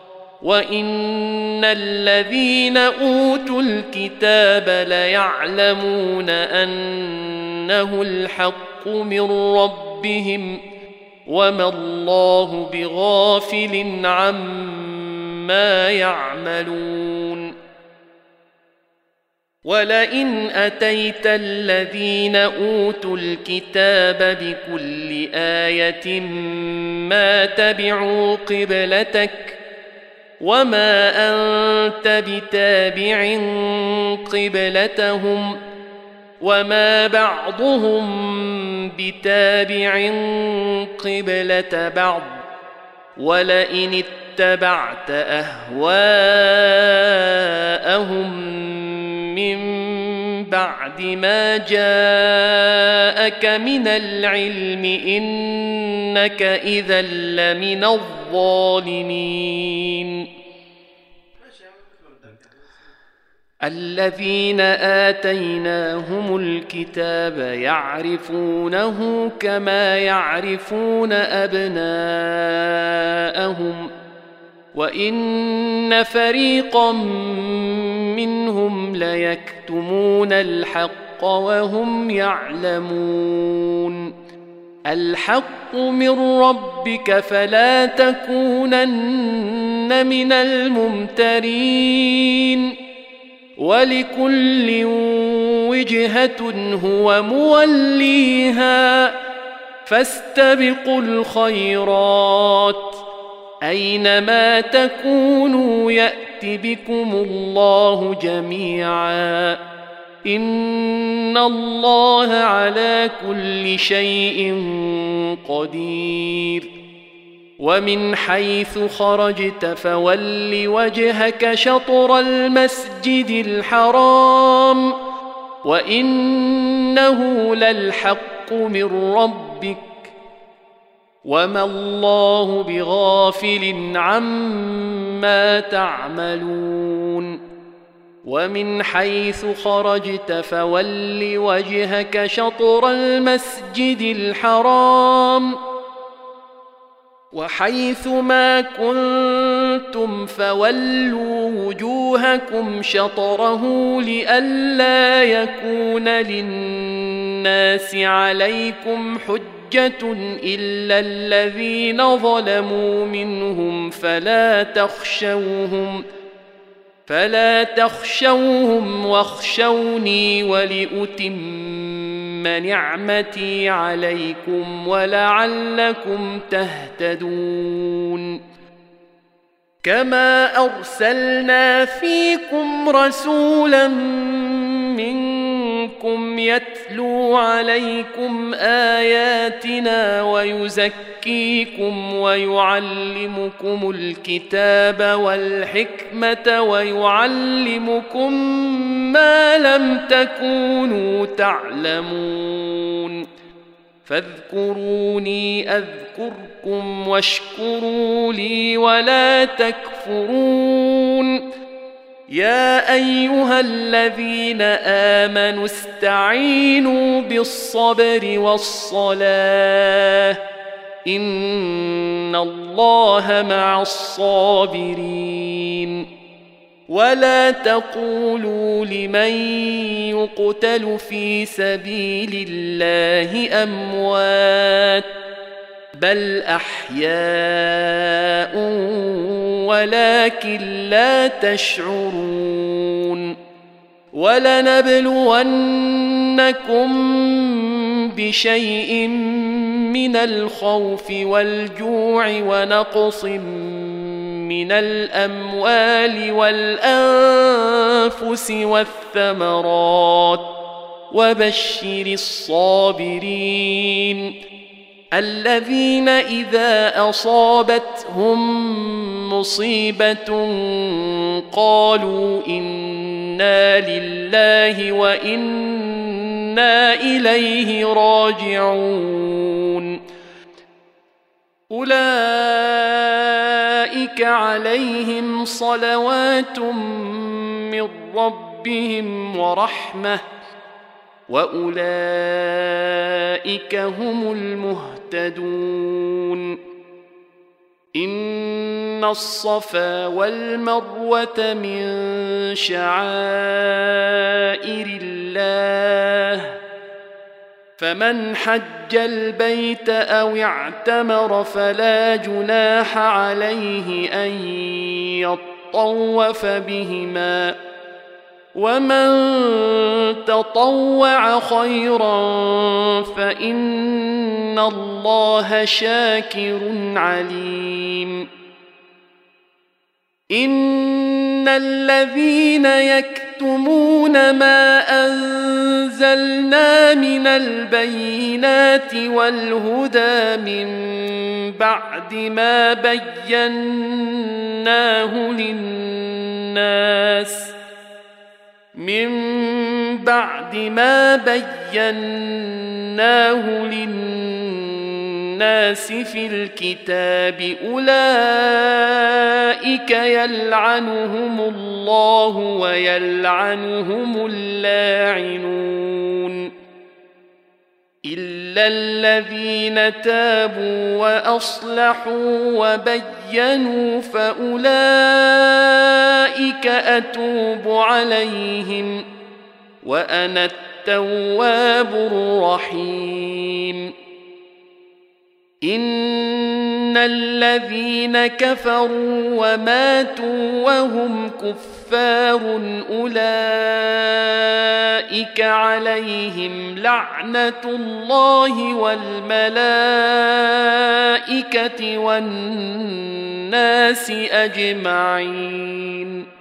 وإن الذين أوتوا الكتاب ليعلمون أنه الحق من ربهم وما الله بغافل عما يعملون ولئن أتيت الذين أوتوا الكتاب بكل آية ما تبعوا قبلتك وما أنت بتابع قبلتهم وما بعضهم بتابع قبلة بعض ولئن اتبعت أهواءهم من بعد ما جاءك من العلم إنك إذا لمن الظالمين الذين آتيناهم الكتاب يعرفونه كما يعرفون أبناءهم وإن فريقا منهم ليكتمون الحق وهم يعلمون الحق من ربك فلا تكونن من الممترين ولكل وجهة هو موليها فاستبقوا الخيرات أينما تكونوا يأت بكم الله جميعا إن الله على كل شيء قدير ومن حيث خرجت فول وجهك شطر المسجد الحرام وإنه للحق من ربك وما الله بغافل عما تعملون ومن حيث خرجت فول وجهك شطر المسجد الحرام وحيث ما كنتم فولوا وجوهكم شطره لئلا يكون للناس عليكم حجة إلا الذين ظلموا منهم فلا تخشوهم واخشوني ولأتم نعمتي عليكم ولعلكم تهتدون كما أرسلنا فيكم رسولا منكم يتلو عليكم آياتنا ويزكيكم ويعلمكم الكتاب والحكمة ويعلمكم ما لم تكونوا تعلمون فاذكروني أذكركم واشكروا لي ولا تكفرون يا أيها الذين آمنوا استعينوا بالصبر والصلاة إن الله مع الصابرين ولا تقولوا لمن يقتل في سبيل الله أموات بل أحياء ولكن لا تشعرون ولنبلونكم بشيء من الخوف والجوع ونقص من الأموال والأنفس والثمرات وبشر الصابرين الذين إذا أصابتهم مصيبة قالوا إنا لله وإنا إليه راجعون أولئك عليهم صلوات من ربهم ورحمة وأولئك هم المهتدون إن الصفا والمروة من شعائر الله فمن حج البيت أو اعتمر فلا جناح عليه أن يطوف بهما ومن تطوع خيرا فإن الله شاكر عليم إن الذين يكتمون ما أنزلنا من البينات والهدى من بعد ما بيناه للناس في الكتاب أولئك يلعنهم الله ويلعنهم اللاعنون إلا الذين تابوا وأصلحوا وبينوا فأولئك أتوب عليهم وأنا التواب الرحيم إن الذين كفروا وماتوا وهم كفار أولئك عليهم لعنة الله والملائكة والناس أجمعين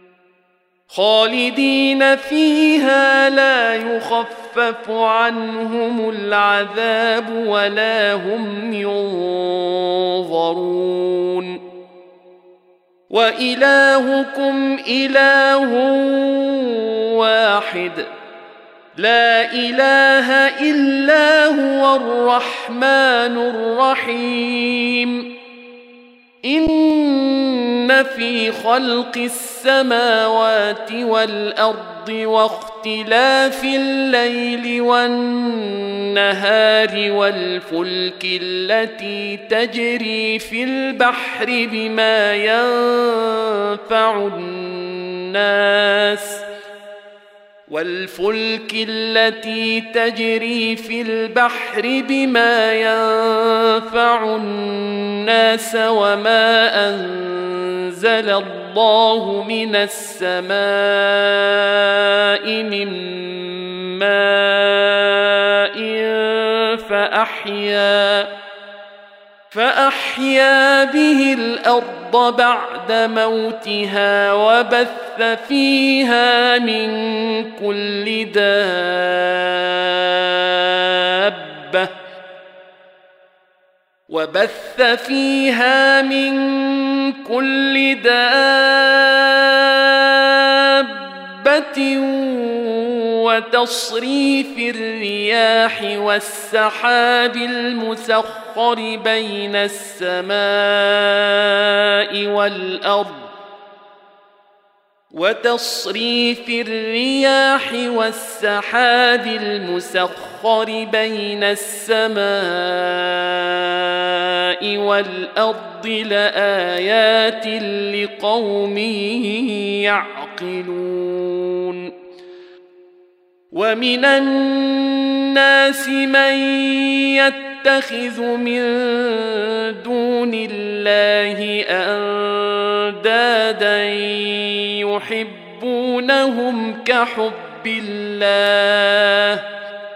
خالدين فيها لا يخفف عنهم العذاب ولا هم ينظرون وإلهكم إله واحد لا إله إلا هو الرحمن الرحيم إن في خلق السماوات والأرض واختلاف الليل والنهار والفلك التي تجري في البحر بما ينفع الناس وما أنزل الله من السماء من ماء فأحيا به الأرض بعد موتها وبث فيها من كل دابة وتصريف الرياح والسحاب المسخر بين السماء والأرض لآيات لقوم يعقلون ومن الناس من يتخذ من دون الله أندادا يحبونهم كحب الله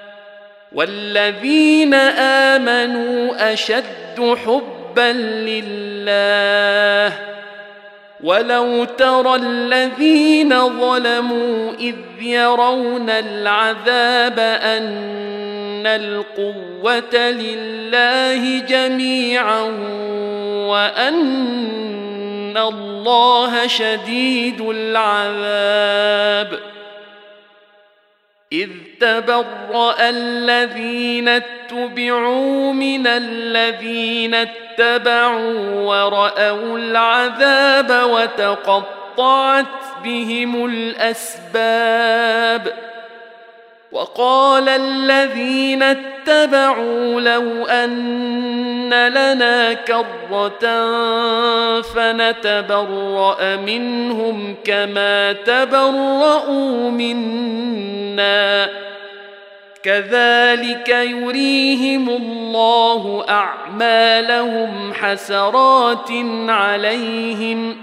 والذين آمنوا أشد حبا لله ولو ترى الذين ظلموا إذ يرون العذاب أن القوة لله جميعا وأن الله شديد العذاب إذ تبرأ الذين اتبعوا من الذين اتبعوا ورأوا العذاب وتقطعت بهم الأسباب وقال الذين اتبعوا لو أن لنا كرة فنتبرأ منهم كما تبرؤوا منا كذلك يريهم الله أعمالهم حسرات عليهم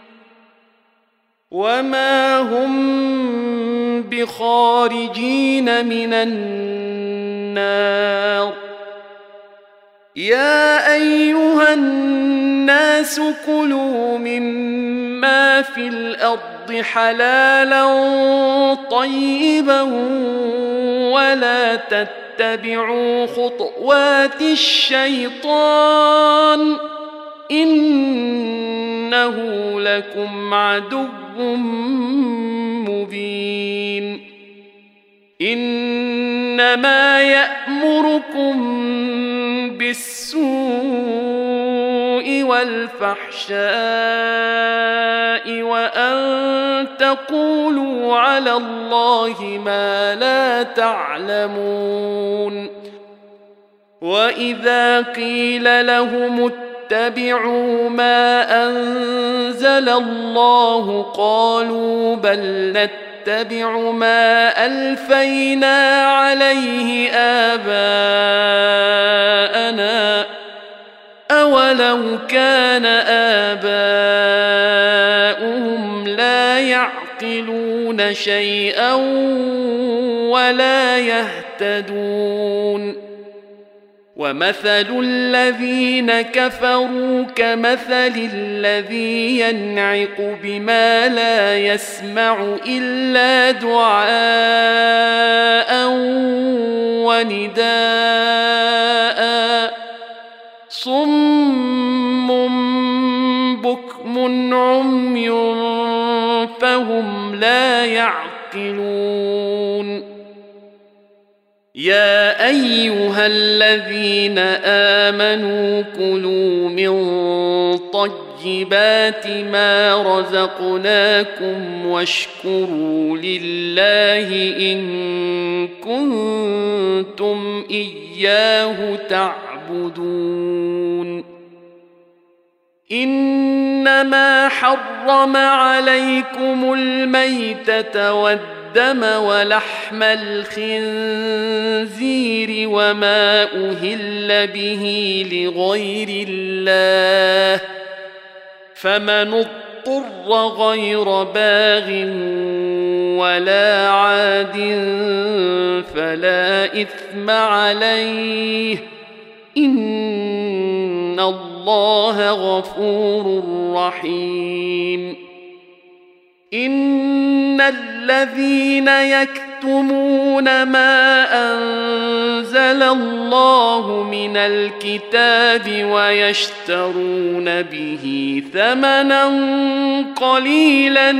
وما هم بخارجين من النار يا أيها الناس كلوا مما في الأرض حلالا طيبا ولا تتبعوا خطوات الشيطان إنه لكم عدو مبين إنما يأمركم بالسوء والفحشاء وأن تقولوا على الله ما لا تعلمون وإذا قيل لهم اتبعوا ما أنزل الله قالوا بل نتبع ما ألفينا عليه آباءنا أولو كان آباؤهم لا يعقلون شيئا ولا يهتدون ومثل الذين كفروا كمثل الذي ينعق بما لا يسمع إلا دعاء ونداء صم بكم عمي فهم لا يعقلون يا أيها الذين آمنوا كلوا من طيبات ما رزقناكم واشكروا لله إن كنتم إياه تعبدون إنما حرم عليكم الميتة والدم ولحم الخنزير وما أهل به لغير الله فمن اضطر غير باغ ولا عاد فلا إثم عليه إن إن الله غفور رحيم إن الذين يكتمون ما أنزل الله من الكتاب ويشترون به ثمنا قليلا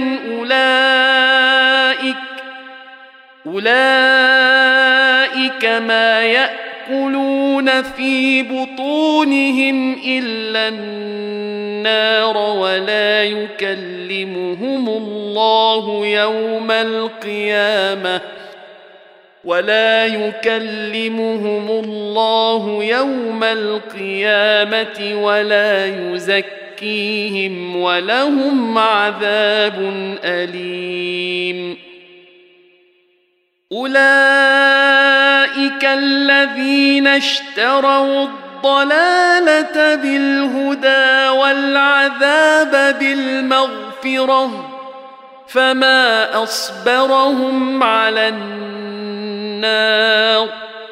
أولئك ما يأكلون في بطونهم إلا النار ولا يكلمهم الله يوم القيامة ولا يزكيهم ولهم عذاب أليم أولئك الذين اشتروا الضلالة بالهدى والعذاب بالمغفرة فما أصبرهم على النار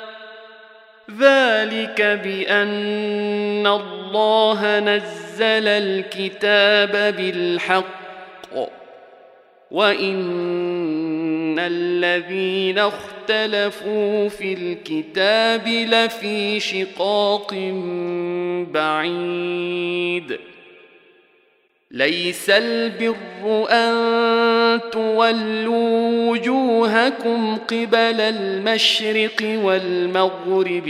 ذلك بأن الله نزل الكتاب بالحق وإن الذين اختلفوا في الكتاب لفي شقاق بعيد ليس البر أن تولوا وجوهكم قبل المشرق والمغرب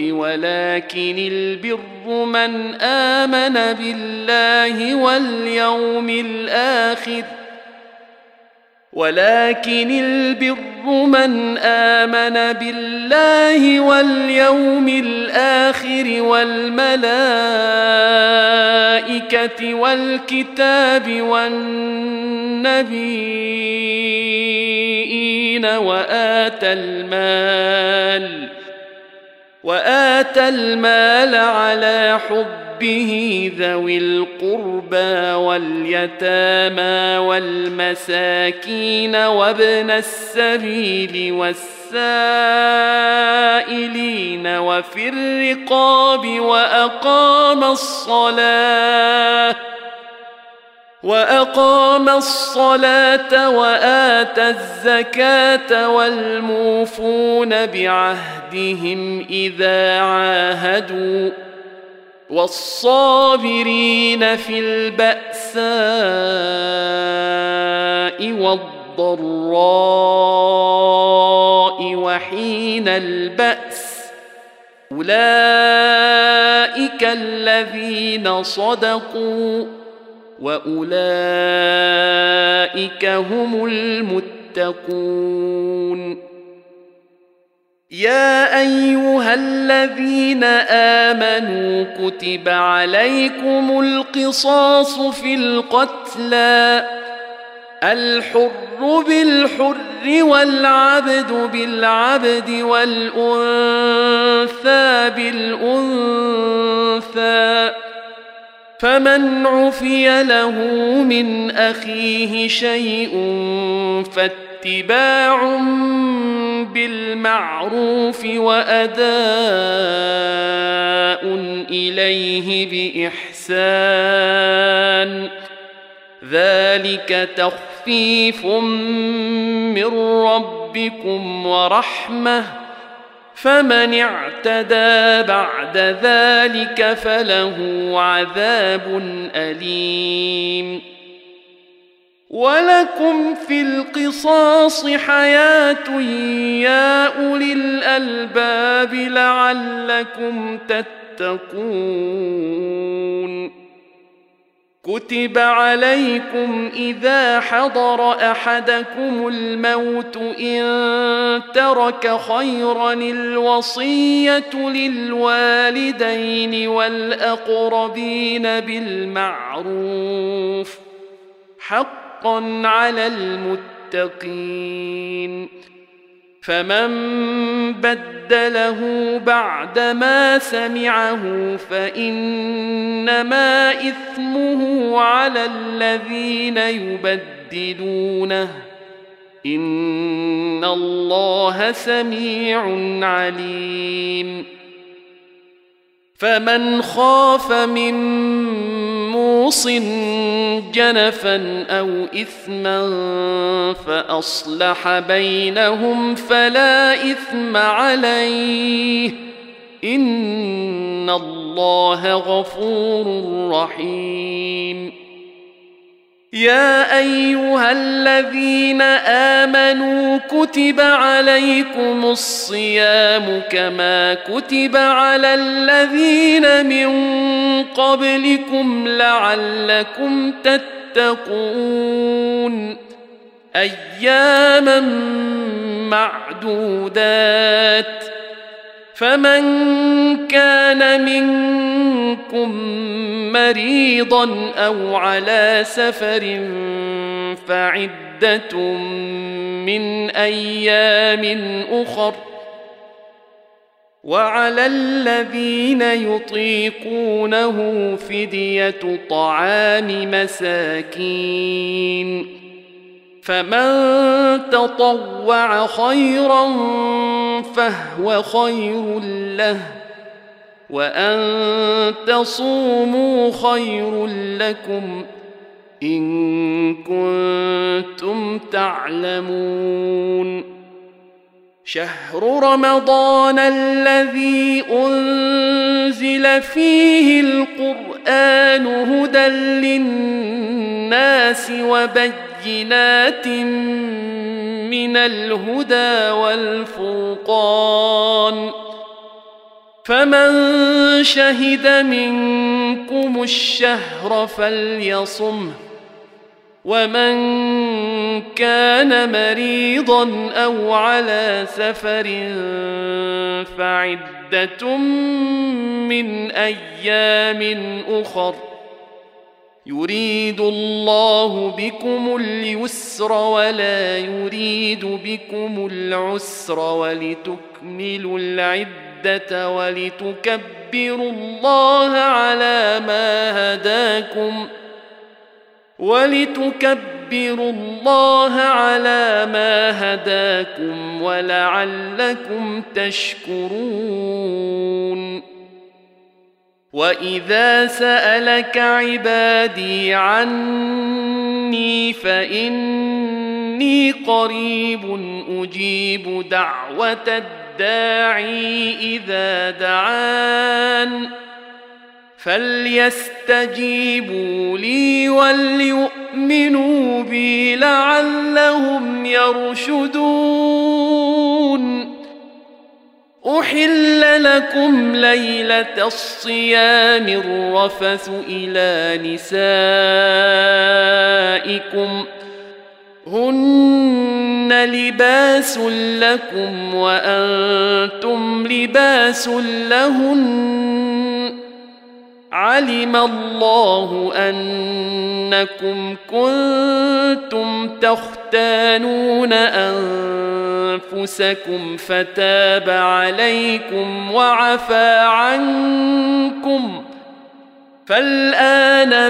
ولكن البر من آمن بالله واليوم الآخر والملائكة والكتاب والنبيين وآتى المال على حبه ذوي القربى واليتامى والمساكين وابن السبيل والسائلين وفي الرقاب وأقام الصلاة وآتى الزكاة والموفون بعهدهم إذا عاهدوا والصابرين في البأساء والضراء وحين البأس أولئك الذين صدقوا وأولئك هم المتقون يا أيها الذين آمنوا كتب عليكم القصاص في القتلى الحر بالحر والعبد بالعبد والأنثى بالأنثى فمن عفي له من أخيه شيء فاتباع بالمعروف وأداء إليه بإحسان ذلك تخفيف من ربكم ورحمة فمن اعتدى بعد ذلك فله عذاب أليم ولكم في القصاص حياة يا أولي الألباب لعلكم تتقون كتب عليكم إذا حضر أحدكم الموت إن ترك خيرا الوصية للوالدين والأقربين بالمعروف حقا على المتقين فمن بدله بعدما سمعه فإنما إثمه على الذين يبدلونه إن الله سميع عليم فمن خاف من موص جنفا أو إثما فأصلح بينهم فلا إثم عليه إن الله غفور رحيم. يا أيها الذين آمنوا كتب عليكم الصيام كما كتب على الذين من قبلكم لعلكم تتقون أياما معدودات فمن كان منكم مريضا أو على سفر فعدة من أيام أخر وعلى الذين يطيقونه فدية طعام مساكين فمن تطوع خيرا فهو خير له وأن تصوموا خير لكم إن كنتم تعلمون. شهر رمضان الذي أنزل فيه القرآن هدى للناس وبينات من الهدى والفرقان فمن شهد منكم الشهر فليصمه ومن كان مريضا أو على سفر فعدة من أيام أخر يريد الله بكم اليسر ولا يريد بكم العسر ولتكملوا العدة ولتكبروا الله على ما هداكم ولعلكم تشكرون. وإذا سألك عبادي عني فإني قريب أجيب دعوة الداعي إذا دعان فليستجيبوا لي وليؤمنوا بي لعلهم يرشدون. أحل لكم ليلة الصيام الرفث إلى نسائكم هن لباس لكم وأنتم لباس لهن علم الله أنكم كنتم تختانون أنفسكم فتاب عليكم وعفى عنكم فالآن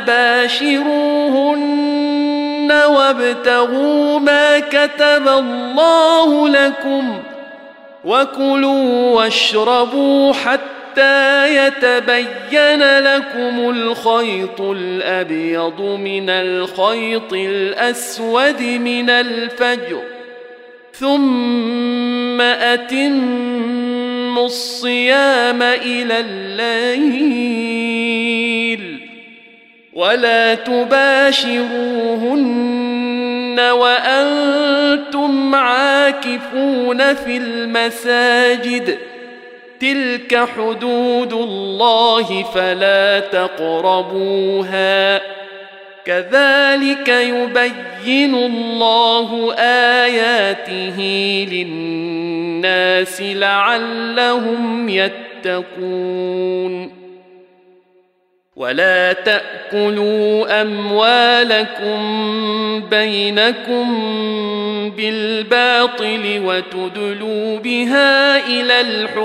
باشروهن وابتغوا ما كتب الله لكم وكلوا واشربوا حتى يتبين لكم الخيط الأبيض من الخيط الأسود من الفجر ثم أتموا الصيام إلى الليل ولا تباشروهن وأنتم عاكفون في المساجد تلك حدود الله فلا تقربوها كذلك يبين الله آياته للناس لعلهم يتقون. ولا تأكلوا أموالكم بينكم بالباطل وتدلوا بها إلى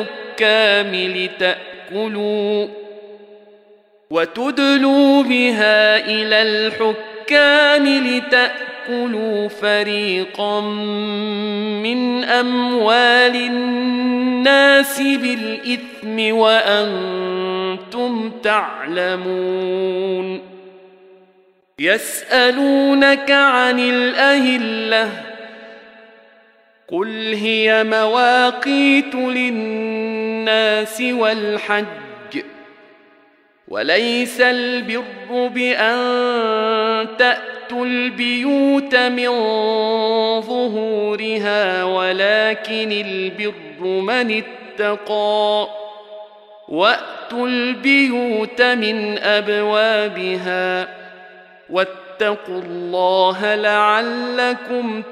الحكام لتأكلوا فريقا من أموال الناس بالإثم وأنتم كنتم تعلمون يسألونك عن الأهلة قل هي مواقيت للناس والحج وليس البر بأن تأتوا البيوت من ظهورها ولكن البر من اتقى وأتوا البيوت من أبوابها واتقوا الله لعلكم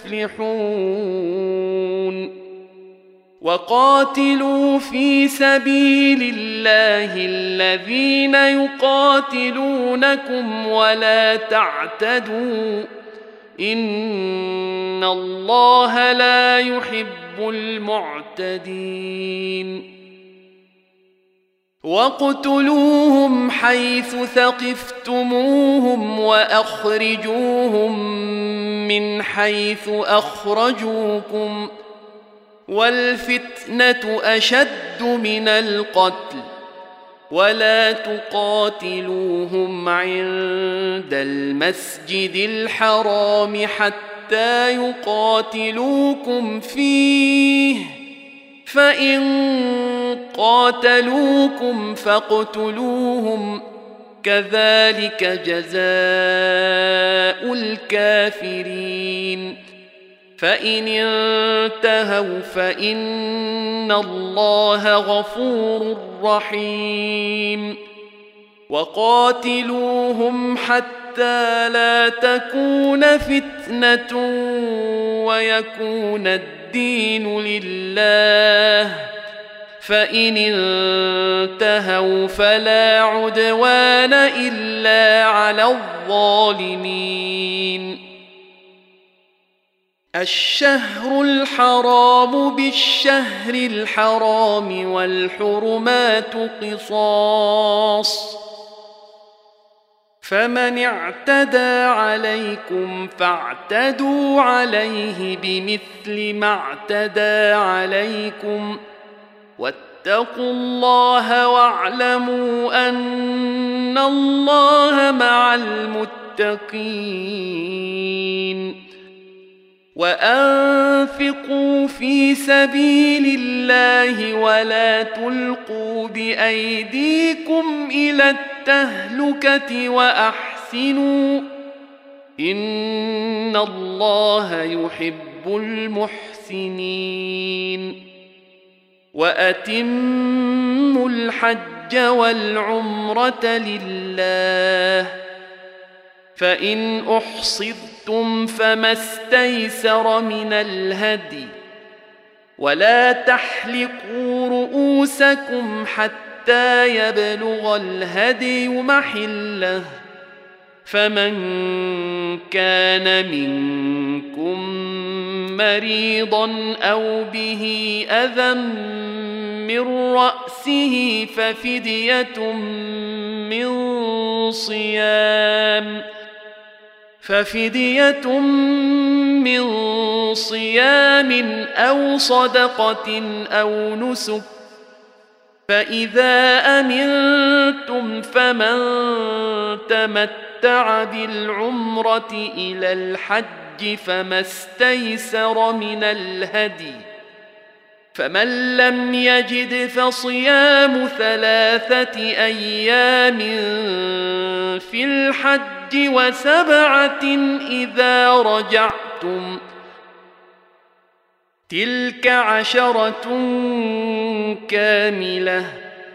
تفلحون وقاتلوا في سبيل الله الذين يقاتلونكم ولا تعتدوا إن الله لا يحب المعتدين واقتلوهم حيث ثقفتموهم وأخرجوهم من حيث أخرجوكم والفتنة أشد من القتل ولا تقاتلوهم عند المسجد الحرام حتى يقاتلوكم فيه فإن قاتلوكم فاقتلوهم كذلك جزاء الكافرين فإن انتهوا فإن الله غفور رحيم وقاتلوهم حتى لا تكون فتنة ويكون الدين لله فإن انتهوا فلا عدوان إلا على الظالمين الشهر الحرام بالشهر الحرام والحرمات قصاص فمن اعتدى عليكم فاعتدوا عليه بمثل ما اعتدى عليكم واتقوا الله واعلموا أن الله مع المتقين وأنفقوا في سبيل الله ولا تلقوا بأيديكم إلى التهلكة وأحسنوا إن الله يحب المحسنين وأتموا الحج والعمرة لله فإن أحصرتم فما استيسر من الهدي ولا تحلقوا رؤوسكم حتى يبلغ الهدي محله فمن كان منكم مريضا أو به أذى من رأسه ففدية من صيام أو صدقة أو نسك فإذا أمنتم فمن تمتع بالعمرة إلى الحج فما استيسر من الهدي فمن لم يجد فصيام 3 أيام في الحج و7 إذا رجعتم تلك 10 كاملة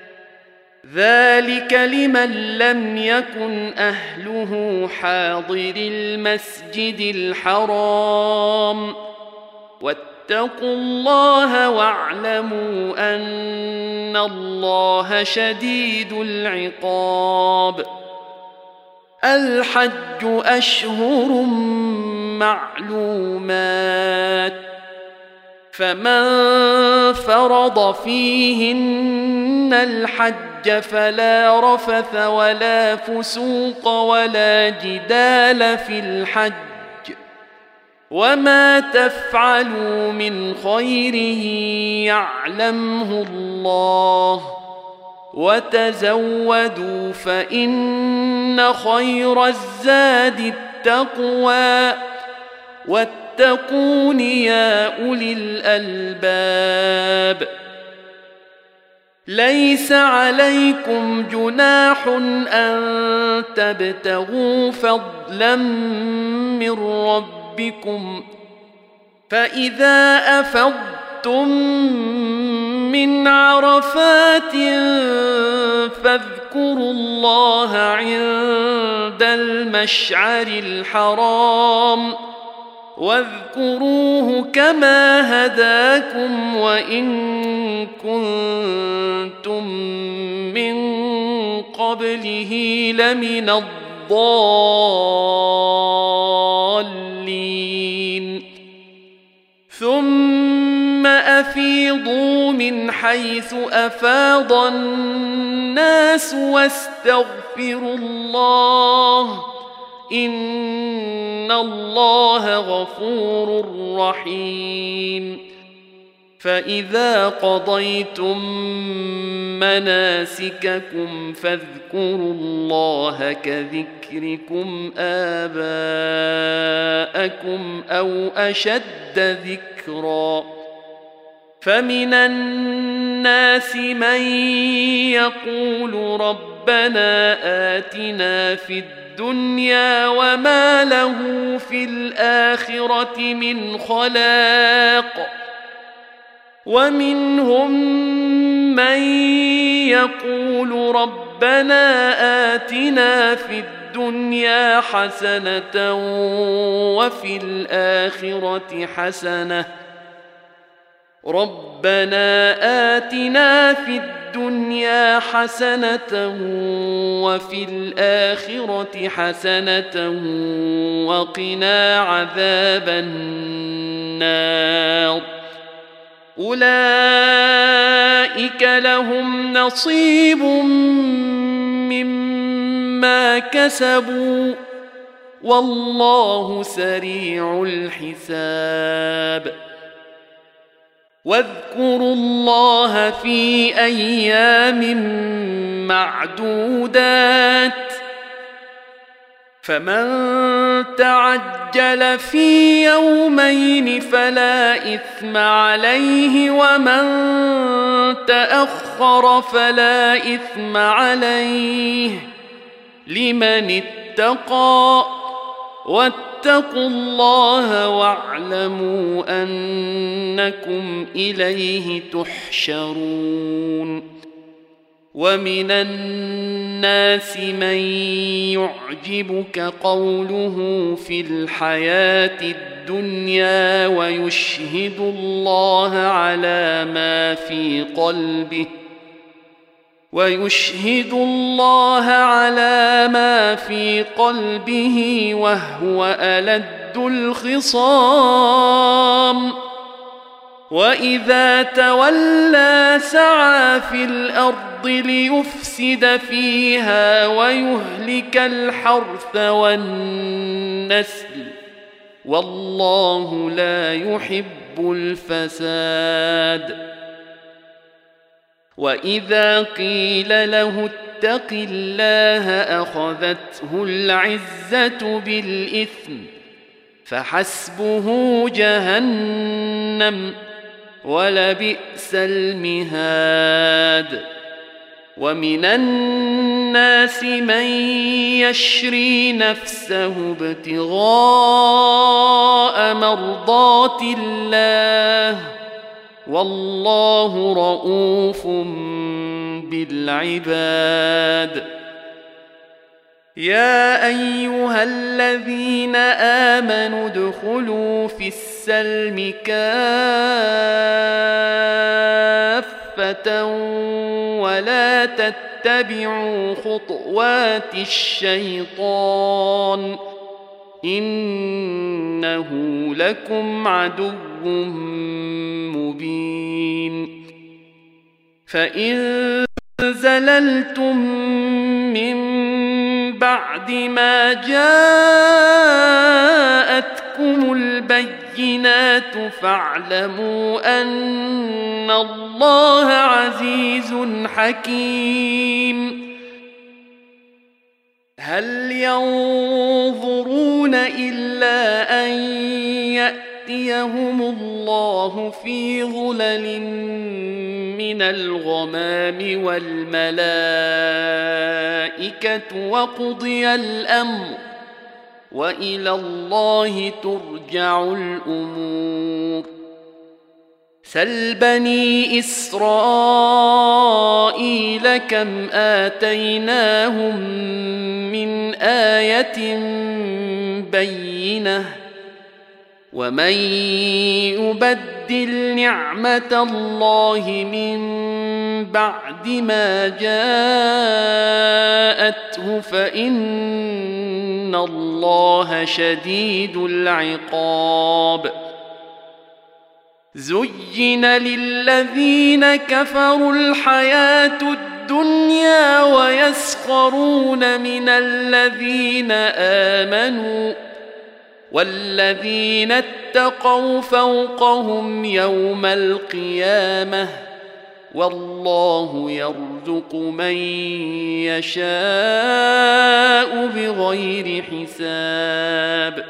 ذلك لمن لم يكن أهله حاضر المسجد الحرام واتقوا الله واعلموا أن الله شديد العقاب الحج أشهر معلومات فمن فرض فيهن الحج فلا رفث ولا فسوق ولا جدال في الحج وما تفعلوا من خير يعلمه الله وتزودوا فإن خير الزاد التقوى واتقون يا أولي الألباب. ليس عليكم جناح أن تبتغوا فضلا من ربكم، فإذا أفضتم من عرفات فاذكروا الله عند المشعر الحرام واذكروه كما هداكم وإن كنتم من قبله لمن الضالين. ثم أفيضوا من حيث أفاض الناس واستغفروا الله إن الله غفور رحيم. فإذا قضيتم مناسككم فاذكروا الله كذكركم آباءكم أو أشد ذكرا. فمن الناس من يقول ربنا آتنا في الدنيا وما له في الآخرة من خلاق، ومنهم من يقول ربنا آتنا في الدنيا حسنة وفي الآخرة حسنة ربنا آتنا في الدنيا حسنة وفي الآخرة حسنة وقنا عذاب النار. أولئك لهم نصيب مما كسبوا والله سريع الحساب. واذكروا الله في أيام معدودات، فمن تعجل في يومين فلا إثم عليه ومن تأخر فلا إثم عليه لمن اتقى واتقوا الله واعلموا أنكم إليه تحشرون. ومن الناس من يعجبك قوله في الحياة الدنيا ويشهد الله على ما في قلبه وهو ألد الخصام. وإذا تولى سعى في الأرض ليفسد فيها ويهلك الحرث والنسل والله لا يحب الفساد. وإذا قيل له اتق الله أخذته العزة بالإثم فحسبه جهنم ولبئس المهاد. ومن الناس من يشري نفسه ابتغاء مرضات الله والله رؤوف بالعباد. يا أيها الذين آمنوا ادخلوا في السلم كافة ولا تتبعوا خطوات الشيطان إنه لكم عدو مبين. فإن زللتم من بعد ما جاءتكم البينات البينات فاعلموا أن الله عزيز حكيم. هل ينظرون إلا أن يأتيهم الله في ظلل من الغمام والملائكة وقضي الأمر وإلى الله ترجع الأمور. سل بني إسرائيل كم آتيناهم من آية بينة ومن يبدل نعمة الله من بعد ما جاءته فإن الله شديد العقاب. زين للذين كفروا الحياة الدنيا ويسخرون من الذين آمنوا والذين اتقوا فوقهم يوم القيامة والله يرزق من يشاء بغير حساب.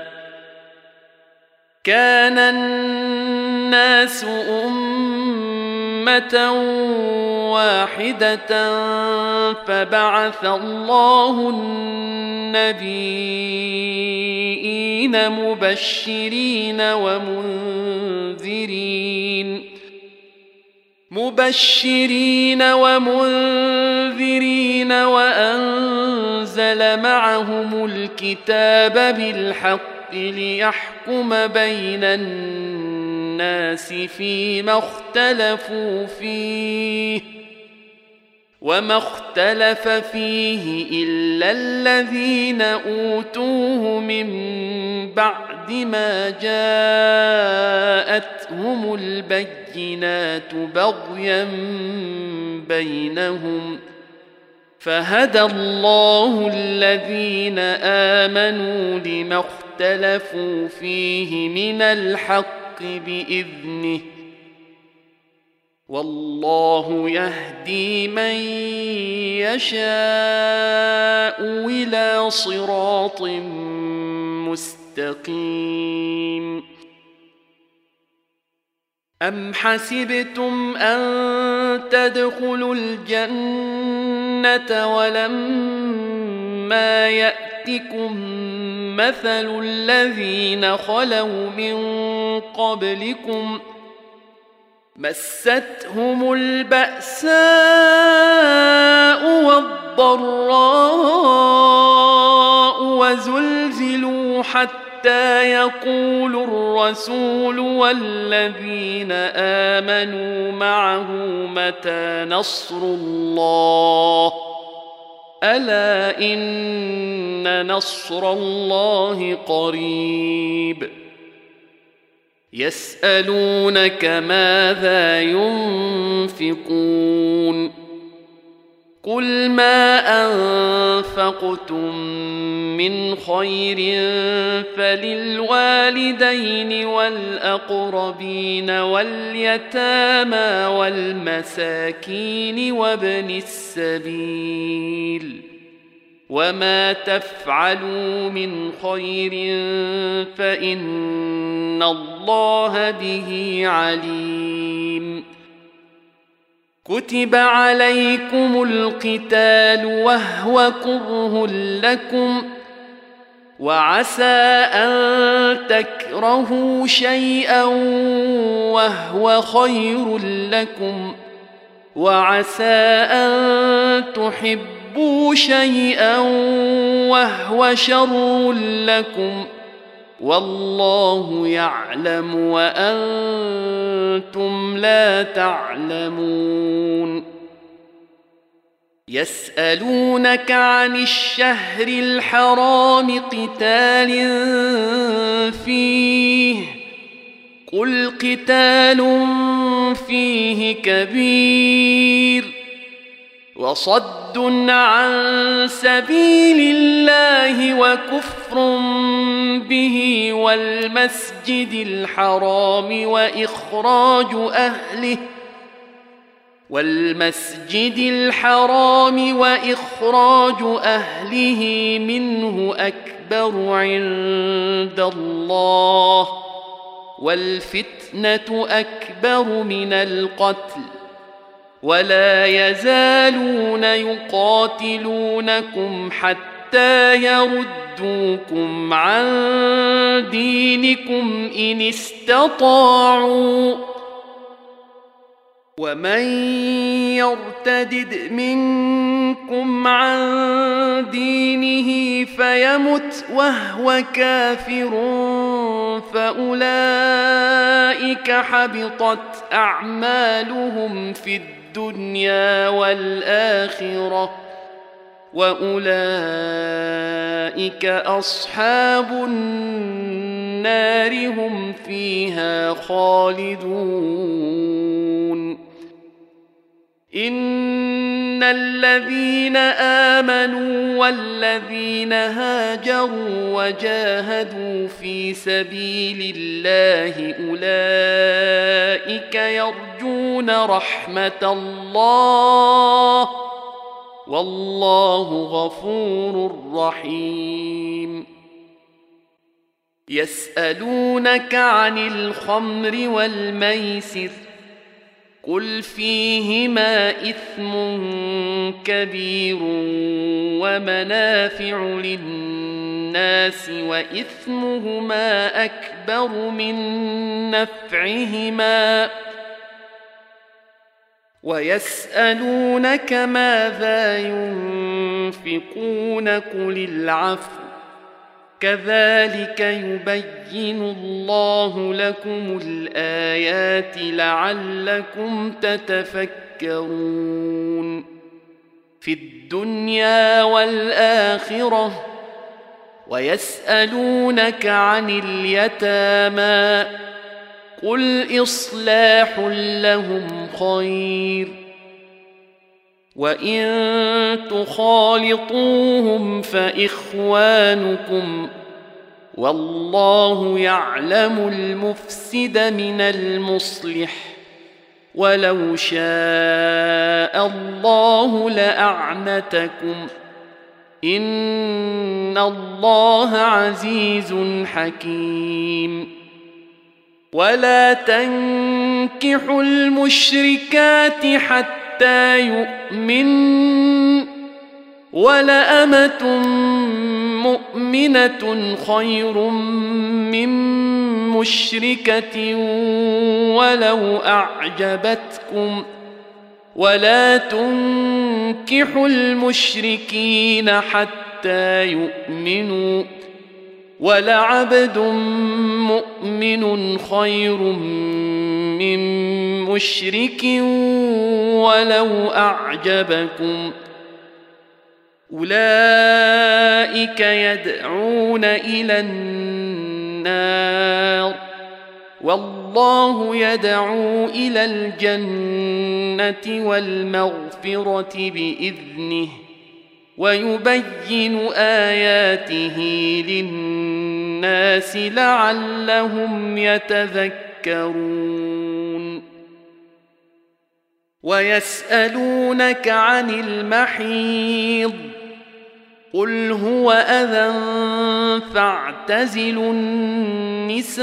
كان الناس أمة واحدة فبعث الله النبيين مبشرين ومنذرين وأنزل معهم الكتاب بالحق ليحكم بين الناس فيما اختلفوا فيه وما اختلف فيه إلا الذين أوتوه من بعد ما جاءتهم البينات بغيا بينهم فهدى الله الذين آمنوا لما اختلفوا فيه من الحق بإذنه والله يهدي من يشاء إلى صراط مستقيم. أم حسبتم أن تدخلوا الجنة ولما يأتكم مثل الذين خلوا من قبلكم مستهم البأساء والضراء وزلزلوا حتى يقول الرسول والذين آمنوا معه متى نصر الله ألا إن نصر الله قريب. يسألونك ماذا ينفقون قل ما أنفقتم من خير فللوالدين والأقربين واليتامى والمساكين وابن السبيل وما تفعلوا من خير فإن الله به عليم. كتب عليكم القتال وهو كره لكم وعسى أن تكرهوا شيئا وهو خير لكم وعسى أن تحبوا شيئا وهو شر لكم والله يعلم وأنتم لا تعلمون. يسألونك عن الشهر الحرام قتال فيه قل قتال فيه كبير وصد عن سبيل الله وكفر به والمسجد والمسجد الحرام وإخراج أهله منه أكبر عند الله والفتنة أكبر من القتل ولا يزالون يقاتلونكم حتى يردوكم عن دينكم إن استطاعوا ومن يرتدد منكم عن دينه فيمت وهو كافر فأولئك حبطت أعمالهم في الدنيا والآخرة وأولئك أصحاب النار هم فيها خالدون إن الذين آمنوا والذين هاجروا وجاهدوا في سبيل الله أولئك يرجون رحمة الله والله غفور رحيم يسألونك عن الخمر والميسر قل فيهما إثم كبير ومنافع للناس وإثمهما أكبر من نفعهما ويسألونك ماذا ينفقون قل العفو كذلك يبين الله لكم الآيات لعلكم تتفكرون في الدنيا والآخرة ويسألونك عن اليتامى قل إصلاح لهم خير وإن تخالطوهم فإخوانكم والله يعلم المفسد من المصلح ولو شاء الله لأعنتكم إن الله عزيز حكيم ولا تنكحوا المشركات حتى يؤمن ولأمة مؤمنة خير من مشركة ولو أعجبتكم ولا تنكحوا المشركين حتى يؤمنوا ولعبد مؤمن خير من مشرك ولو أعجبكم أولئك يدعون إلى النار والله يدعو إلى الجنة والمغفرة بإذنه ويبين آياته للناس لعلهم يتذكرون ويسألونك عن المحيض قل هو أذى فاعتزلوا النساء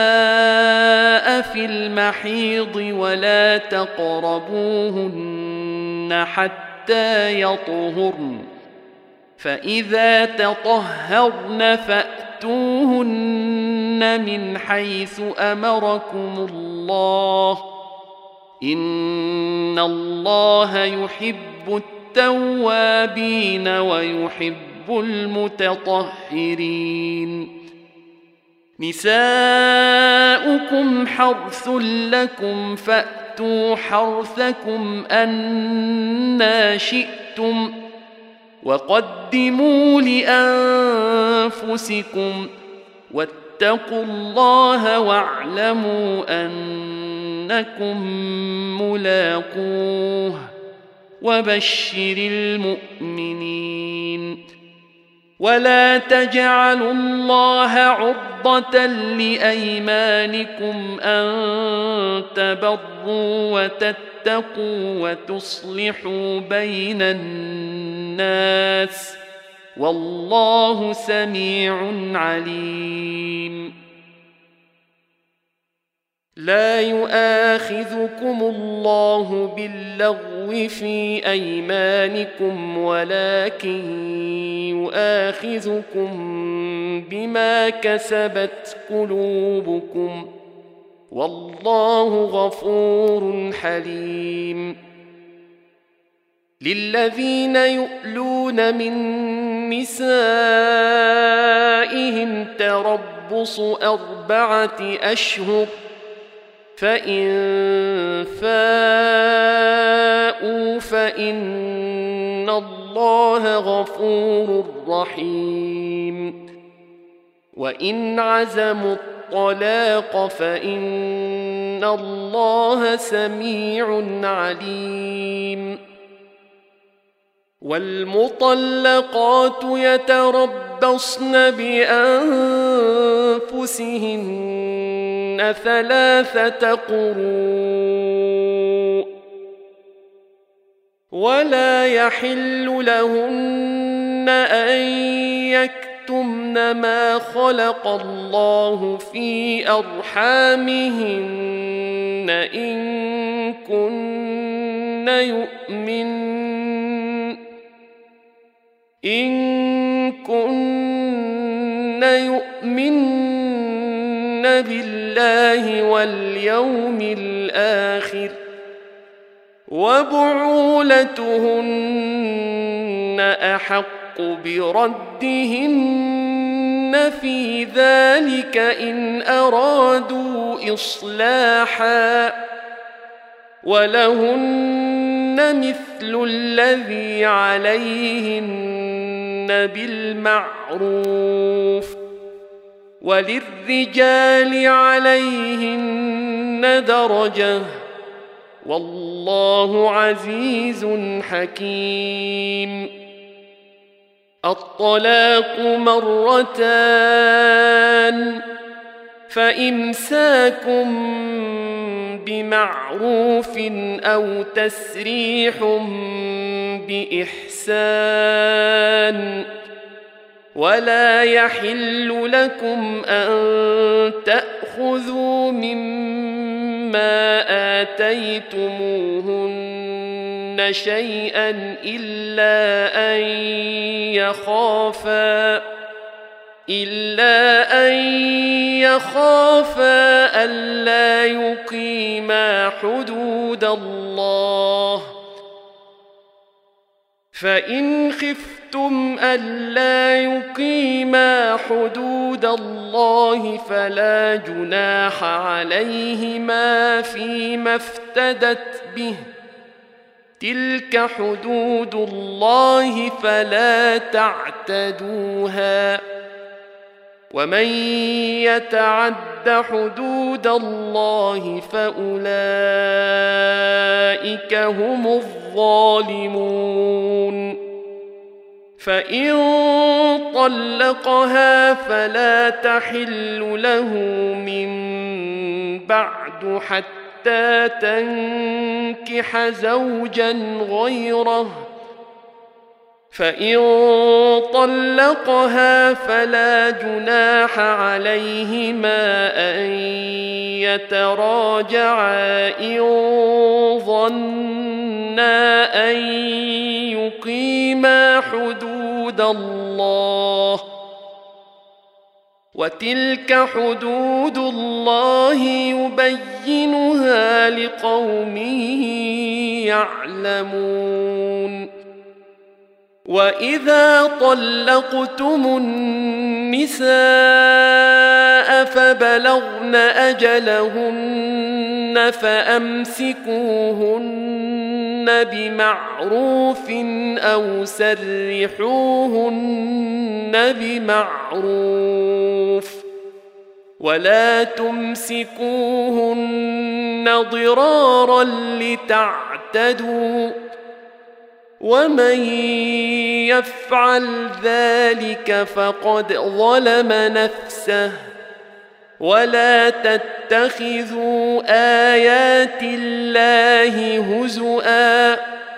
في المحيض ولا تقربوهن حتى يطهرن فإذا تطهرن فأتوهن من حيث أمركم الله إن الله يحب التوابين ويحب المتطهرين نساؤكم حرث لكم فأتوا حرثكم أنى شئتم وقدموا لأنفسكم واتقوا الله واعلموا أنكم ملاقوه وبشر المؤمنين ولا تجعلوا الله عرضة لأيمانكم أن تبروا وتتقوا وتصلحوا بين الناس والله سميع عليم. لا يؤاخذكم الله باللغو في أيمانكم ولكن يؤاخذكم بما كسبت قلوبكم والله غفور حليم. للذين يؤلون من نسائهم تربص 4 أشهر فإن فاءوا فإن الله غفور رحيم. وإن عزموا الطلاق فإن الله سميع عليم. والمطلقات يتربصن بأنفسهن 3 قروء ولا يحل لهن أن يكتمن ما خلق الله في أرحامهن إن كن يؤمن بالله واليوم الآخر وبعولتهن أحق بردهن في ذلك إن أرادوا إصلاحا ولهن مثل الذي عليهن بالمعروف وللرجال عليهن درجة والله عزيز حكيم. الطلاق 2 فإمساك بمعروف أو تسريح بإحسان ولا يحل لكم أن تأخذوا مما آتيتموهن شيئا إلا أن يخافا ألا يقيما حدود الله فإن خفتم ألا يقيما حدود الله فلا جناح عليهما فيما افتدت به تلك حدود الله فلا تعتدوها ومن يتعد حدود الله فأولئك هم الظالمون. فإن طلقها فلا تحل له من بعد حتى تنكح زوجا غيره فإن طلقها فلا جناح عليهما أن يتراجعا إن ظنا أن يقيما حدود الله وتلك حدود الله يبينها لقوم يعلمون. وإذا طلقتم النساء فبلغن أجلهن فأمسكوهن بمعروف أو سرحوهن بمعروف ولا تمسكوهن ضرارا لتعتدوا ومن يفعل ذلك فقد ظلم نفسه ولا تتخذوا آيات الله هزؤا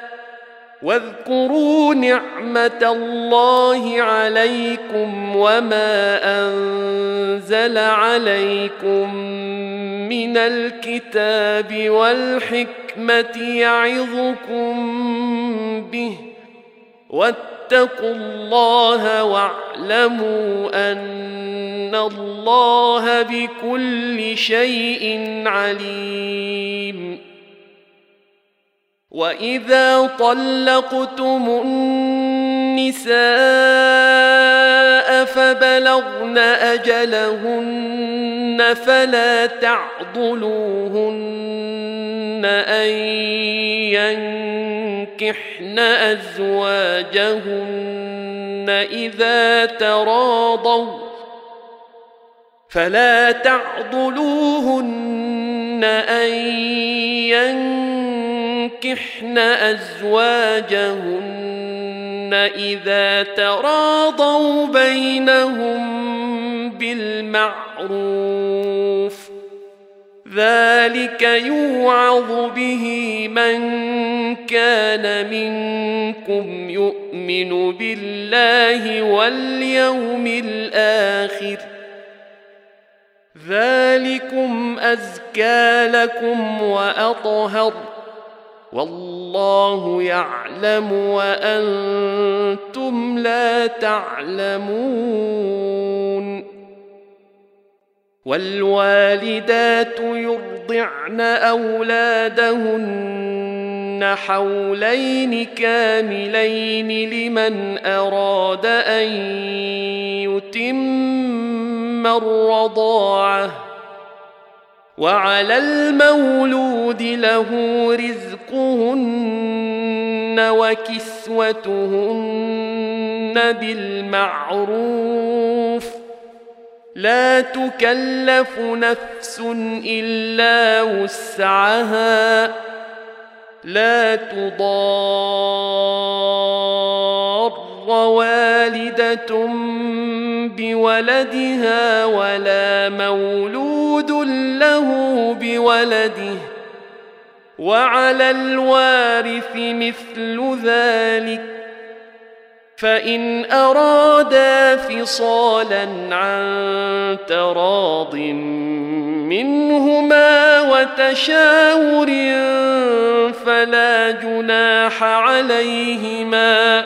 واذكروا نعمة الله عليكم وما أنزل عليكم من الكتاب والحكمة يعظكم به واتقوا الله واعلموا أن الله بكل شيء عليم. وإذا طلقتم النساء فبلغن أجلهن فلا تعضلوهن أن ينكحن أزواجهن إذا تراضوا بينهم بالمعروف ذلك يوعظ به من كان منكم يؤمن بالله واليوم الآخر ذلكم أزكى لكم وأطهر والله يعلم وأنتم لا تعلمون. والوالدات يرضعن أولادهن حولين كاملين لمن أراد أن يتم الرضاعة وعلى المولود له رزقهن وكسوتهن بالمعروف لا تكلف نفس إلا وسعها لا تضار والدة بولدها ولا مولود له بولده وعلى الوارث مثل ذلك فإن أرادا فصالا عن تراض منهما وتشاور فلا جناح عليهما.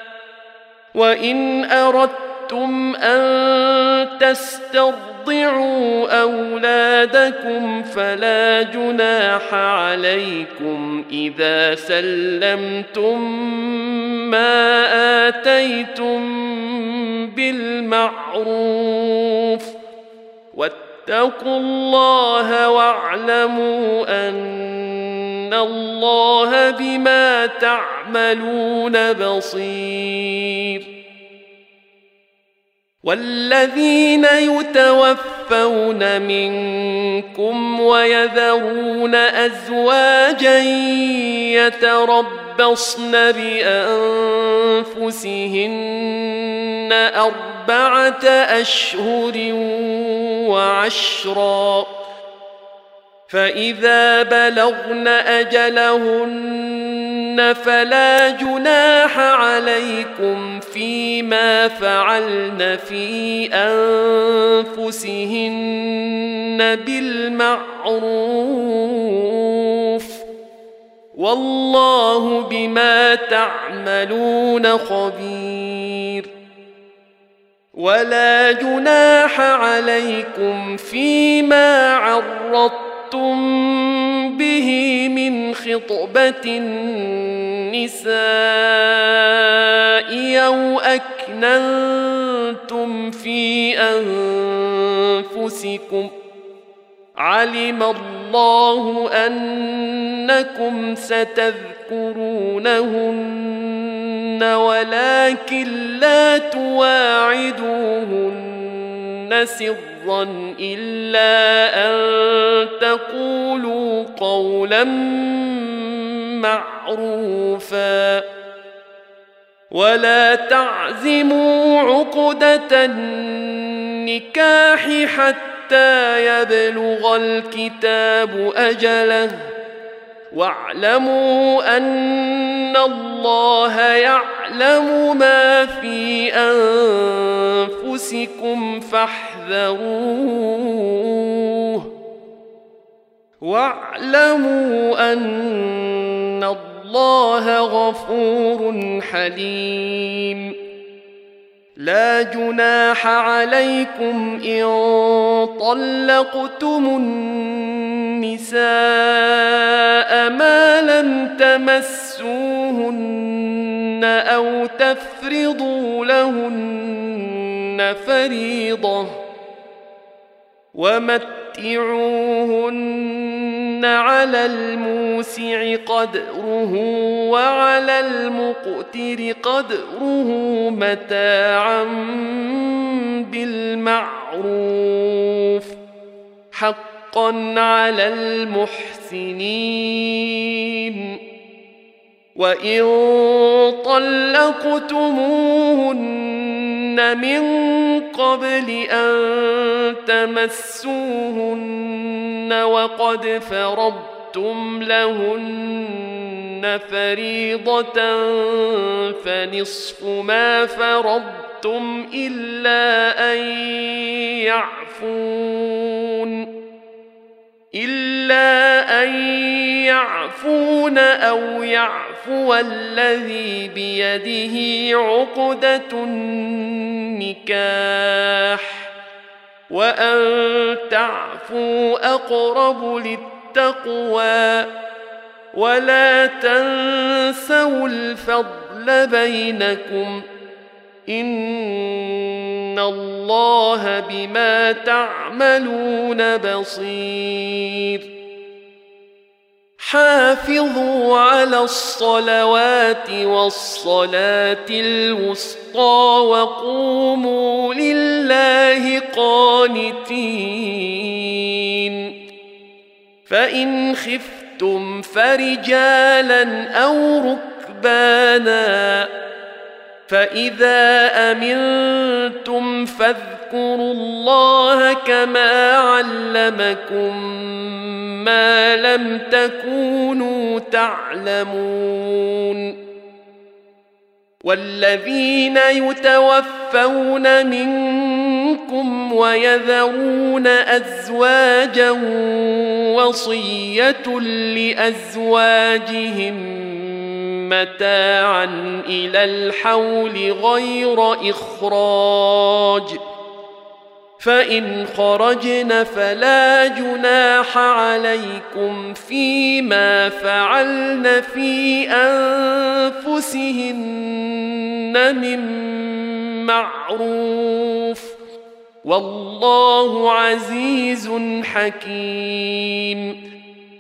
وإن أردتم أن تسترضعوا أولادكم فلا جناح عليكم إذا سلمتم ما آتيتم بالمعروف واتقوا الله واعلموا أن الله بما تعملون بصير. والذين يتوفون منكم ويذرون أزواجا يتربصن بأنفسهن 4 أشهر وعشرا فإذا بلغن أجلهن فلا جناح عليكم فيما فعلن في أنفسهن بالمعروف والله بما تعملون خبير. ولا جناح عليكم فيما عرضتم به من خطبة النساء أو أكننتم في أنفسكم علم الله أنكم ستذكرونهن ولكن لا تواعدوهن سرا إلا أن تقولوا قولا معروفا ولا تعزموا عقدة النكاح حتى يبلغ الكتاب أجله واعلموا أن الله يعلم ما في أنفسكم فاحذروه واعلموا أن الله غفور حليم لا جناح عليكم إن طلقتم النساء ما لم تمسوهن أو تفرضوا لهن فريضة ومتعوهن على الموسع قدره وعلى المقتر قدره متاعا بالمعروف حقا على المحسنين وإن طلقتموهن من قبل أن تمسوهن وقد فرضتم لهن فريضة فنصف ما فرضتم إلا أن يعفون أو يعفو الذي بيده عقدة النكاح وأن تعفوا أقرب للتقوى ولا تنسوا الفضل بينكم إن الله بما تعملون بصير حافظوا على الصلوات والصلاة الوسطى وقوموا لله قانتين فإن خفتم فرجالا أو ركبانا فإذا أمنتم فاذكروا الله كما علمكم ما لم تكونوا تعلمون والذين يتوفون منكم ويذرون أزواجا وصية لأزواجهم متاعا إلى الحول غير إخراج فإن خرجن فلا جناح عليكم فيما فعلن في أنفسهن من معروف والله عزيز حكيم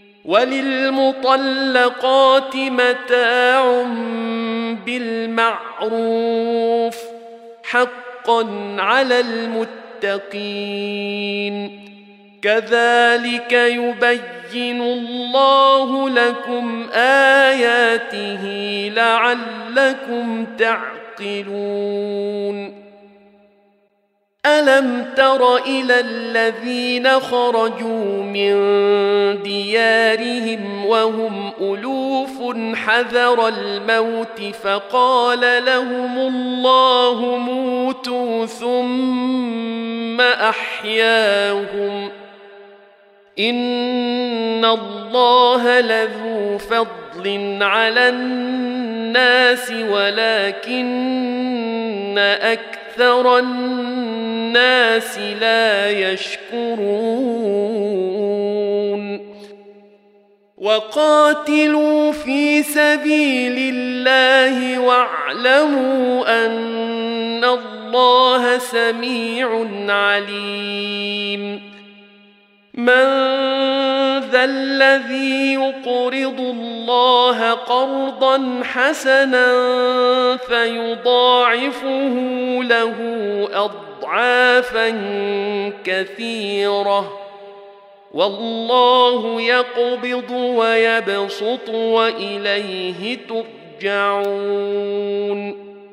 وللمطلقات متاع بالمعروف حقا على المتقين كذلك يبين الله لكم آياته لعلكم تعقلون ألم تر إلى الذين خرجوا من ديارهم وهم ألوف حذر الموت فقال لهم الله موتوا ثم أحياهم إن الله لذو فضل على الناس ولكن أكثر الناس لا يشكرون وقاتلوا في سبيل الله واعلموا أن الله سميع عليم من ذا الذي يقرض الله قرضا حسنا فيضاعفه له أضعافا كثيرة والله يقبض ويبسط وإليه ترجعون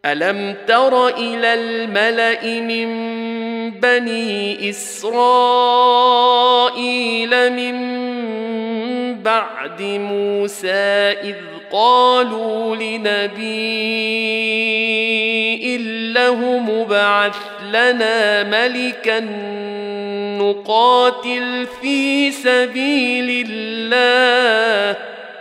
ألم تر إلى الملأ من بني إسرائيل من بعد موسى إذ قالوا لنبي له مبعث لنا ملكا نقاتل في سبيل الله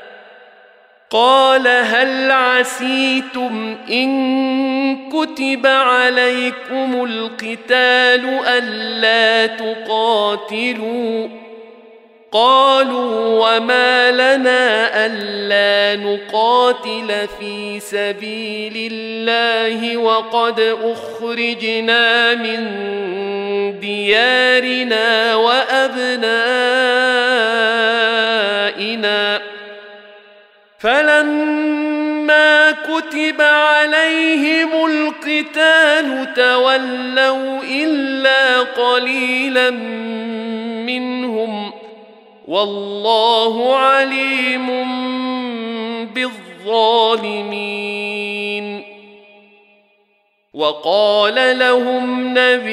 قال هل عسيتم إن كتب عليكم القتال ألا تقاتلوا قالوا وما لنا ألا نقاتل في سبيل الله وقد أخرجنا من ديارنا وأبنائنا فلما كتب عليهم القتال تولوا إلا قليلا منهم والله عليم بالظالمين وقال لهم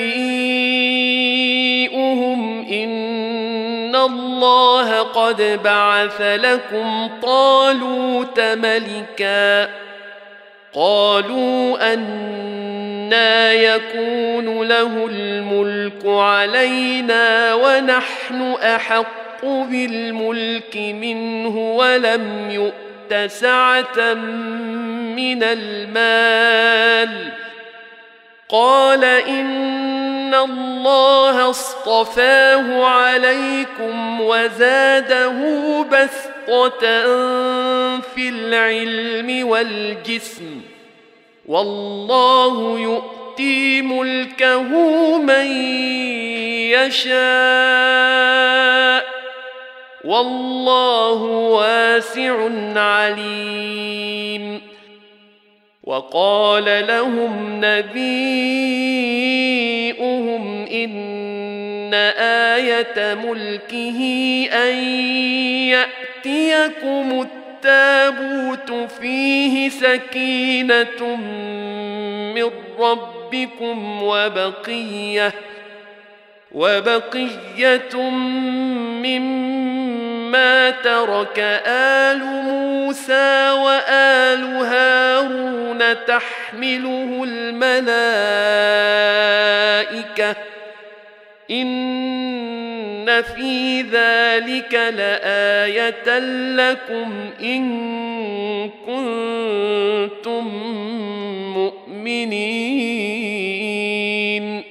نبيؤهم إن الله قد بعث لكم طالوت ملكا قالوا أنى يكون له الملك علينا ونحن أحق بالملك منه ولم يؤت سعة من المال قال إن الله اصطفاه عليكم وزاده بسطة في العلم والجسم والله يؤتي ملكه من يشاء والله واسع عليم وقال لهم نبيؤهم إن آية ملكه أن يأتيكم التابوت فيه سكينة من ربكم وبقية مما ترك آل موسى وآل هارون تحمله الملائكة إن في ذلك لآية لكم إن كنتم مؤمنين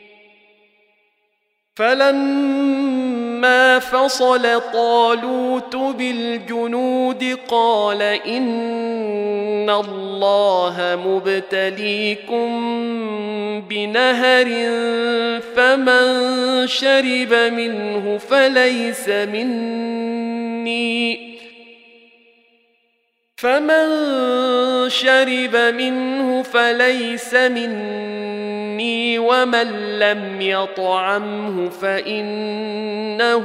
فلما فصل طالوت بالجنود قال إن الله مبتليكم بنهر فمن شرب منه فليس مني ومن لم يطعمه فإنه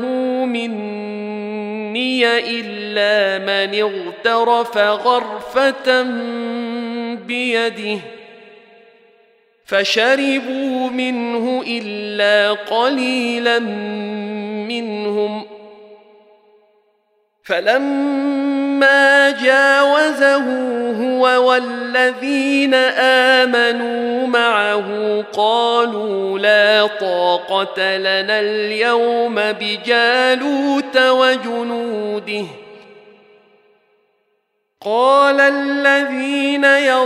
مني إلا من اغترف غرفة بيده فشربوا منه إلا قليلا منهم فلما جاوزه هو والذين آمنوا معه قالوا لا طاقة لنا اليوم بجالوت وجنوده قال الذين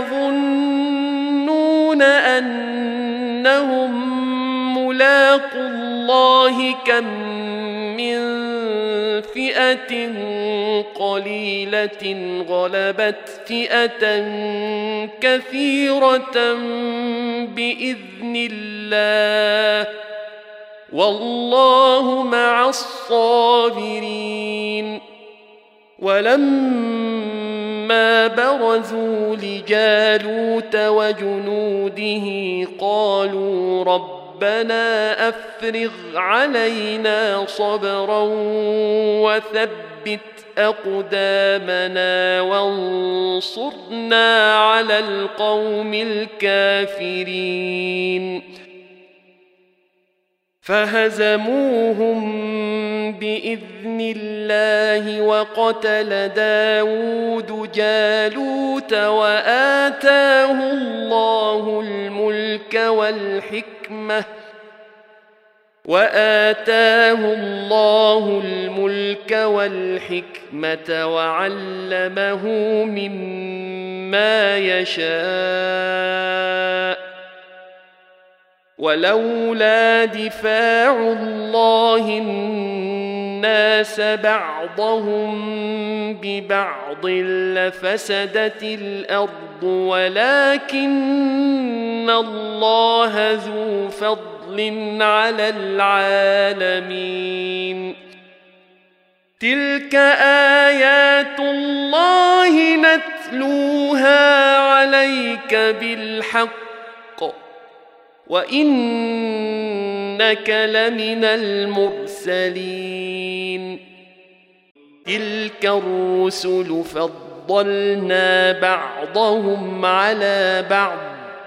يظنون أنهم ملاقو الله كم من فئة قليلة غلبت فئة كثيرة بإذن الله والله مع الصابرين ولما برزوا لجالوت وجنوده قالوا ربنا أفرغ علينا صبرا أقدامنا وانصرنا على القوم الكافرين فهزموهم بإذن الله وقتل داود جالوت وآتاه الله الملك والحكمة وعلمه مما يشاء ولولا دفاع الله الناس بعضهم ببعض لفسدت الأرض ولكن الله ذو فضل على العالمين تلك آيات الله نتلوها عليك بالحق وإنك لمن المرسلين تلك الرسل فضلنا بعضهم على بعض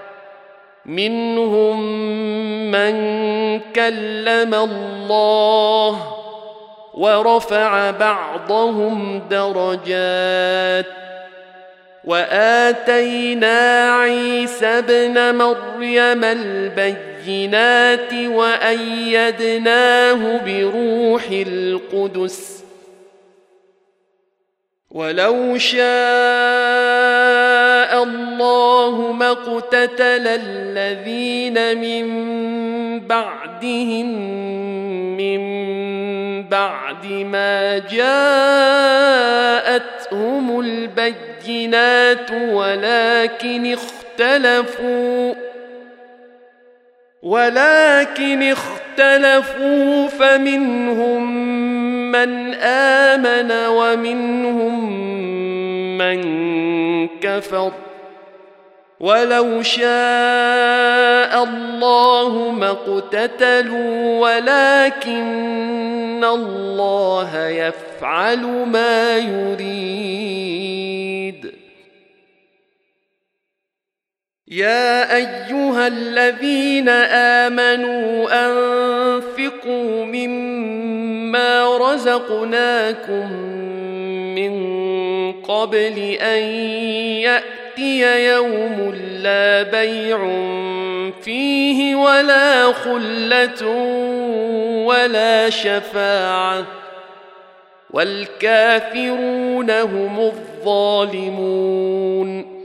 منهم من كلم الله ورفع بعضهم درجات وآتينا عيسى ابن مريم البينات وأيدناه بروح القدس ولو شاء الله ما اقتتل الذين من بعدهم من بعد ما جاءتهم البينات ولكن اختلفوا فمنهم من آمن ومنهم من كفر ولو شاء الله ما اقتتلوا ولكن الله يفعل ما يريد يا أيها الذين آمنوا أنفقوا مما رزقناكم من قبل أن يأتي يوم لا بيع فيه ولا خلة ولا شفاعة والكافرون هم الظالمون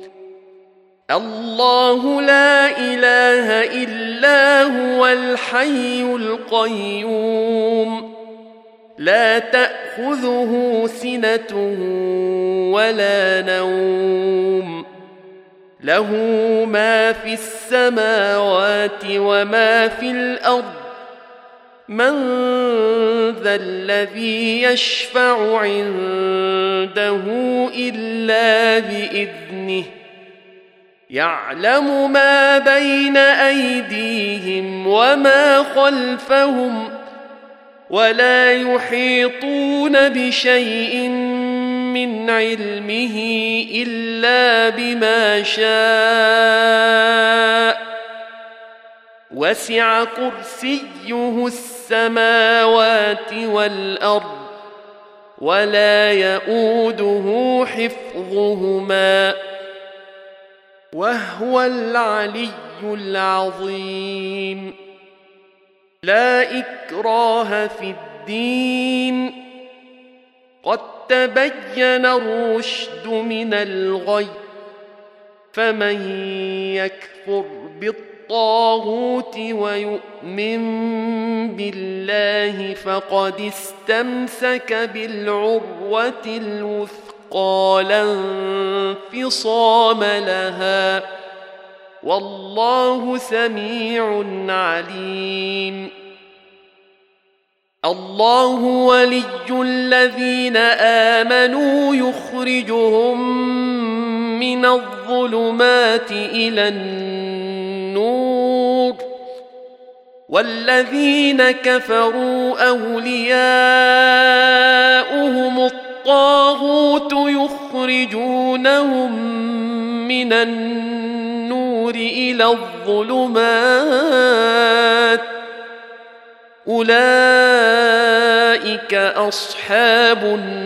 الله لا إله إلا هو الحي القيوم لا تأخذه سنة ولا نوم له ما في السماوات وما في الأرض من ذا الذي يشفع عنده إلا بإذنه يعلم ما بين أيديهم وما خلفهم ولا يحيطون بشيء من علمه إلا بما شاء وسع كرسيه السماوات والأرض ولا يؤوده حفظهما وهو العلي العظيم لا إكراه في الدين قد تبين الرشد من الغي فمن يكفر بالطاغوت ويؤمن بالله فقد استمسك بالعروة الوثقى لا انفصام لها والله سميع عليم الله ولي الذين آمنوا يخرجهم من الظلمات إلى النور والذين كفروا أولياؤهم من النور إلى الظلمات أولئك أصحاب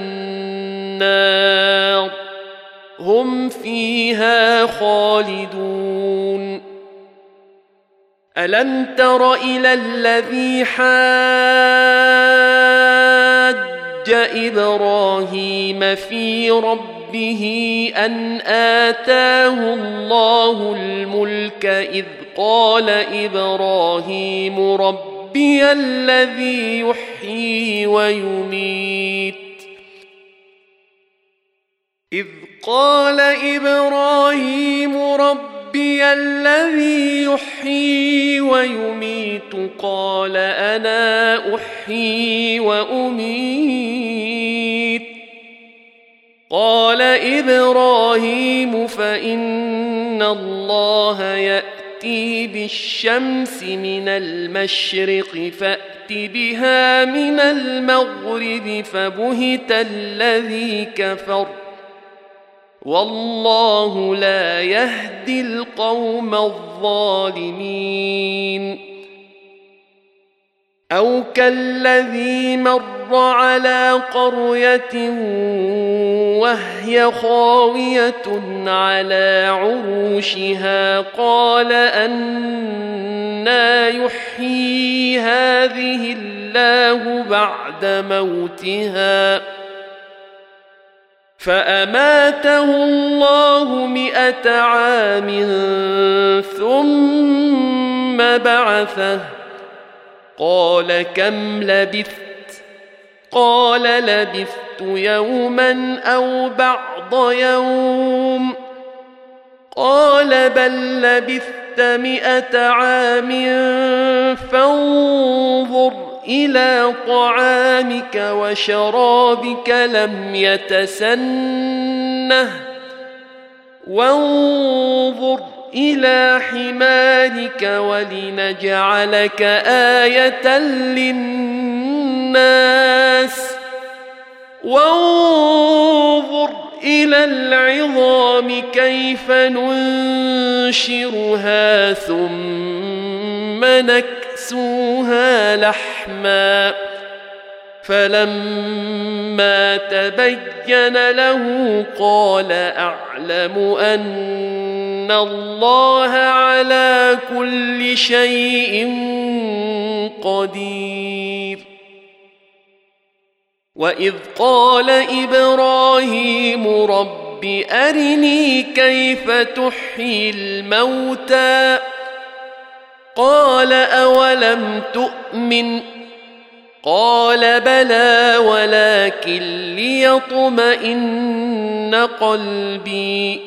النار هم فيها خالدون ألم تر إلى الذي حاج إبراهيم في ربه أن آتاه الله الملك إذ قال إبراهيم ربي الذي يحيي ويميت إذ قال إبراهيم ربي الذي يحيي ويميت قال أنا أحيي وأميت قال إبراهيم فإن الله يأتي بالشمس من المشرق فأت بها من المغرب فبهت الذي كفر والله لا يهدي القوم الظالمين أو كالذي مر على قرية وهي خاوية على عروشها قال أنى يحيي هذه الله بعد موتها فأماته الله 100 عام ثم بعثه قال كم لبثت قال لبثت يوما أو بعض يوم قال بل لبثت 100 عام فانظر إلى طعامك وشرابك لم يتسنه وانظر إلى حمارك ولنجعلك آية للناس وانظر إلى العظام كيف ننشرها ثم نكسوها لحما فلما تبين له قال أعلم أن الله على كل شيء قدير وإذ قال إبراهيم رب أرني كيف تحيي الموتى قال أولم تؤمن قال بلى ولكن ليطمئن قلبي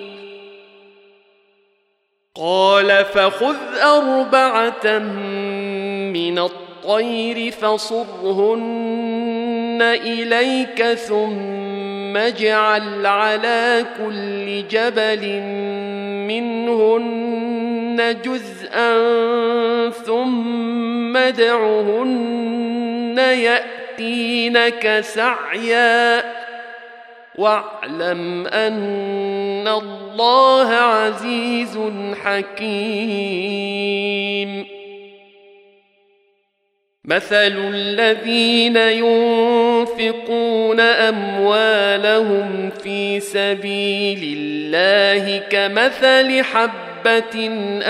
قال فخذ 4 من الطير فصرهن إليك ثم اجعل على كل جبل منهن جزءا ثم ادعهن يأتينك سعيا واعلم أن الله عزيز حكيم مثل الذين ينفقون أموالهم في سبيل الله كمثل حبة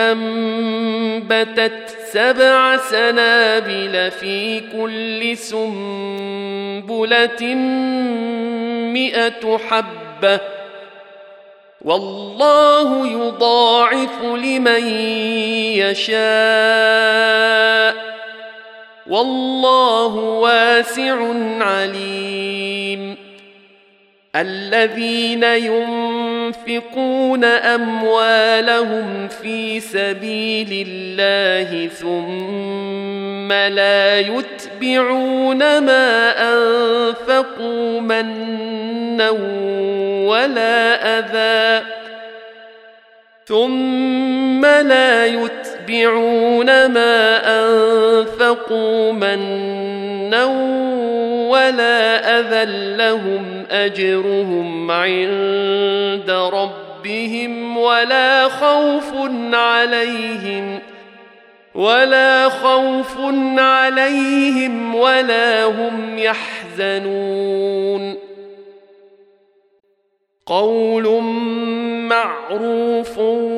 أنبتت 7 سنابل في كل سنبلة 100 حبة والله يضاعف لمن يشاء والله واسع عليم الذين ينفقون أموالهم في سبيل الله ثم لا يتبعون ما أنفقوا منا ولا أذى لهم أجرهم عند ربهم ربهم ولا خوف عليهم ولا هم يحزنون قول معروف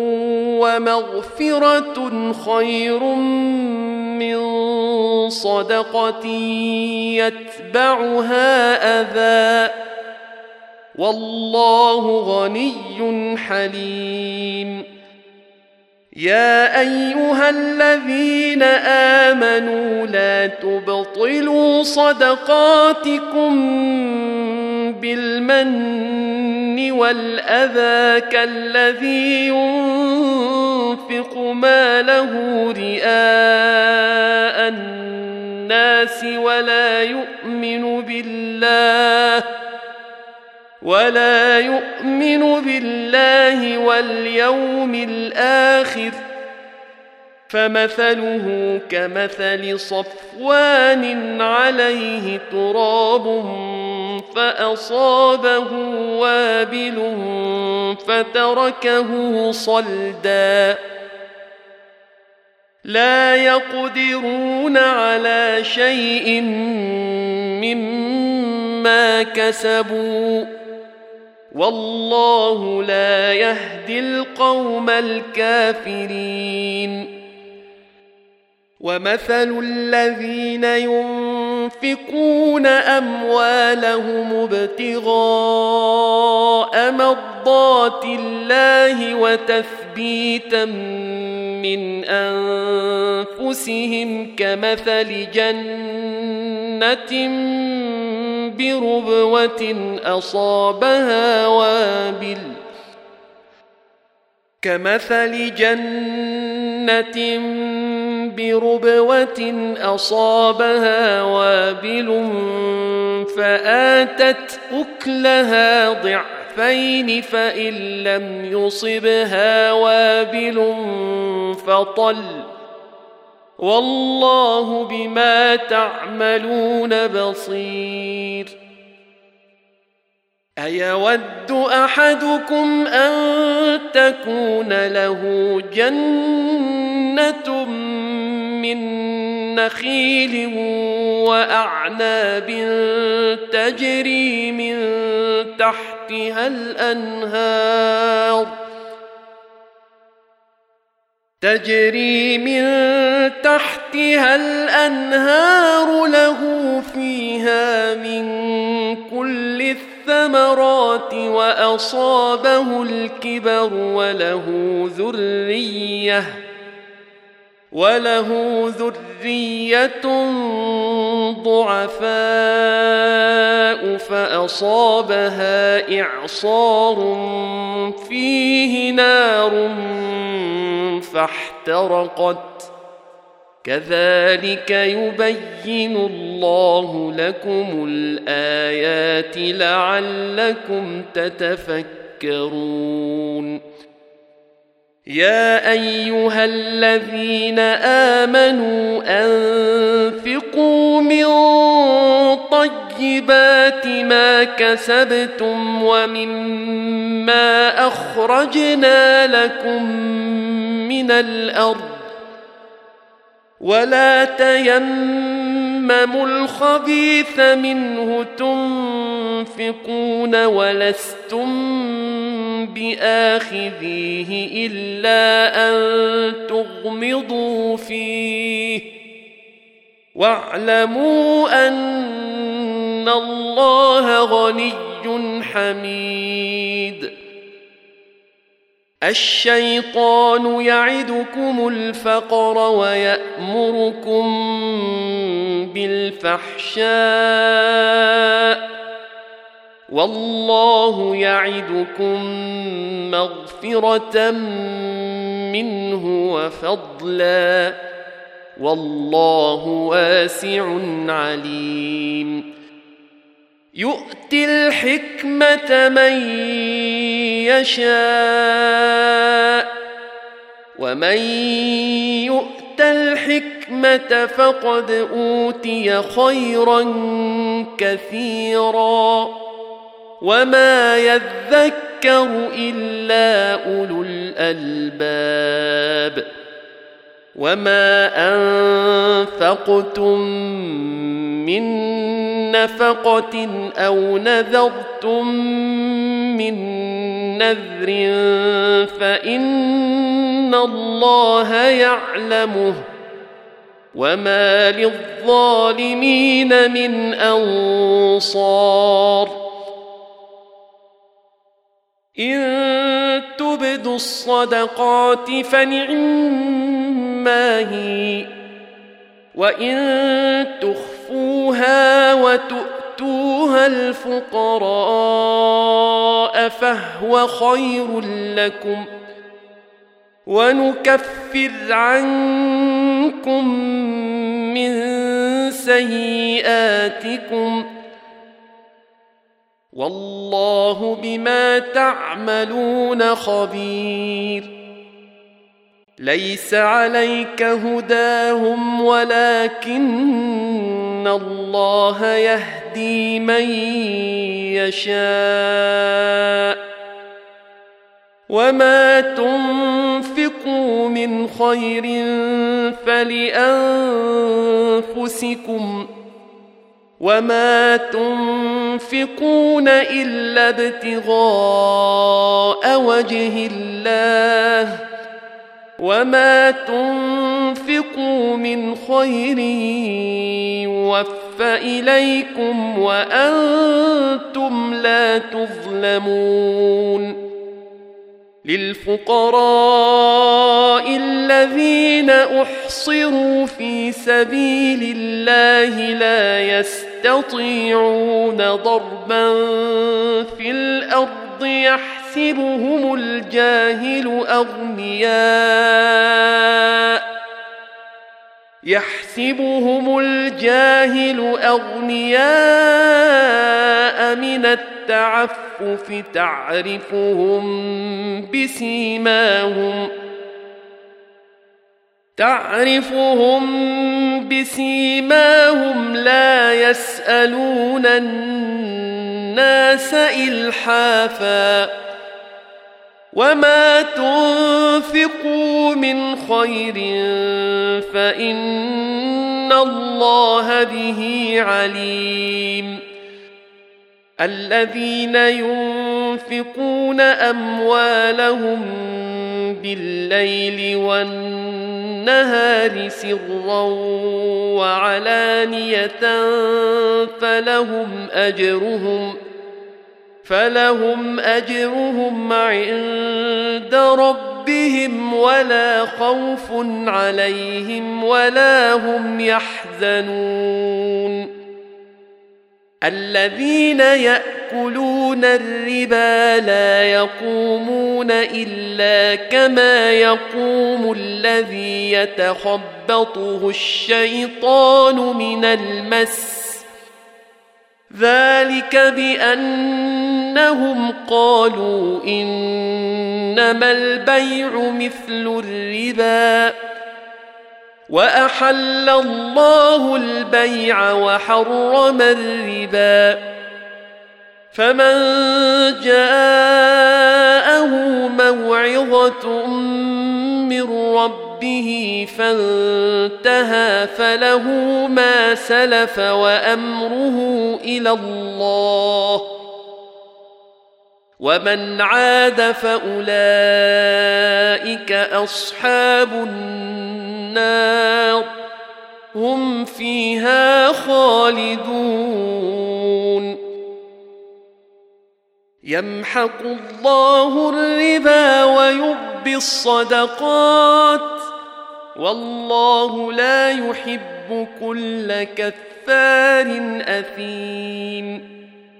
ومغفرة خير من صدقة يتبعها أذى والله غني حليم يا أيها الذين آمنوا لا تبطلوا صدقاتكم بالمن والأذى كالذي ينفق ماله رئاء الناس ولا يؤمن بالله واليوم الآخر فمثله كمثل صفوان عليه تراب فأصابه وابل فتركه صلدا لا يقدرون على شيء مما كسبوا والله لا يهدي القوم الكافرين ومثل الذين ينفقون أموالهم ابتغاء مرضات الله وتثبيتا من أنفسهم كمثل جنة بربوة أصابها وابل فآتت أكلها ضعفين فإن لم يصبها وابل فطل والله بما تعملون بصير أيود أحدكم أن تكون له جنة من نخيل وأعناب تجري من تحتها الأنهار له فيها من كل الثمرات وأصابه الكبر وله ذرية ضعفاء فأصابها إعصار فيه نار فاحترقت كذلك يبين الله لكم الآيات لعلكم تتفكرون يا أيها الذين آمنوا أنفقوا من طيبات ما كسبتم ومما أخرجنا لكم من الأرض ولا تيمموا الخبيث منه تنفقون ولستم بآخذيه إلا أن تغمضوا فيه واعلموا أن الله غني حميد الشيطان يعدكم الفقر ويأمركم بالفحشاء والله يعدكم مغفرة منه وفضلا والله واسع عليم يؤتي الحكمة من يشاء ومن يؤت الحكمة فقد أوتي خيرا كثيرا وما يذكر يذكر إلا أولو الألباب وما أنفقتم من نفقة أو نذرتم من نذر فإن الله يعلمه وما للظالمين من أنصار إن تبدوا الصدقات فنعما هي وإن تخفوها وتؤتوها الفقراء فهو خير لكم ونكفر عنكم من سيئاتكم والله بما تعملون خبير ليس عليك هداهم ولكن الله يهدي من يشاء وما تنفقوا من خير فلأنفسكم وما تنفقون إلا ابتغاء وجه الله وما تنفقوا من خير يوفى إليكم وأنتم لا تظلمون للفقراء الذين أحصروا في سبيل الله لا يستطيعون ضربا في الأرض يحسبهم الجاهل أغنياء من التعفف تعرفهم بسيماهم لا يسألون الناس إلحافا وما تنفقوا من خير فإن الله به عليم الذين ينفقون أموالهم بالليل والنهار سرا وعلانية فلهم أجرهم عند ربهم ولا خوف عليهم ولا هم يحزنون الذين يأكلون الربا لا يقومون إلا كما يقوم الذي يتخبطه الشيطان من المس ذلك بأنهم قالوا إنما البيع مثل الربا وأحل الله البيع وحرم الربا فمن جاءه موعظة من ربه فانتهى فله ما سلف وأمره إلى الله ومن عاد فأولئك أصحاب النار هم فيها خالدون يمحق الله الربا ويربي الصدقات والله لا يحب كل كفار أثيم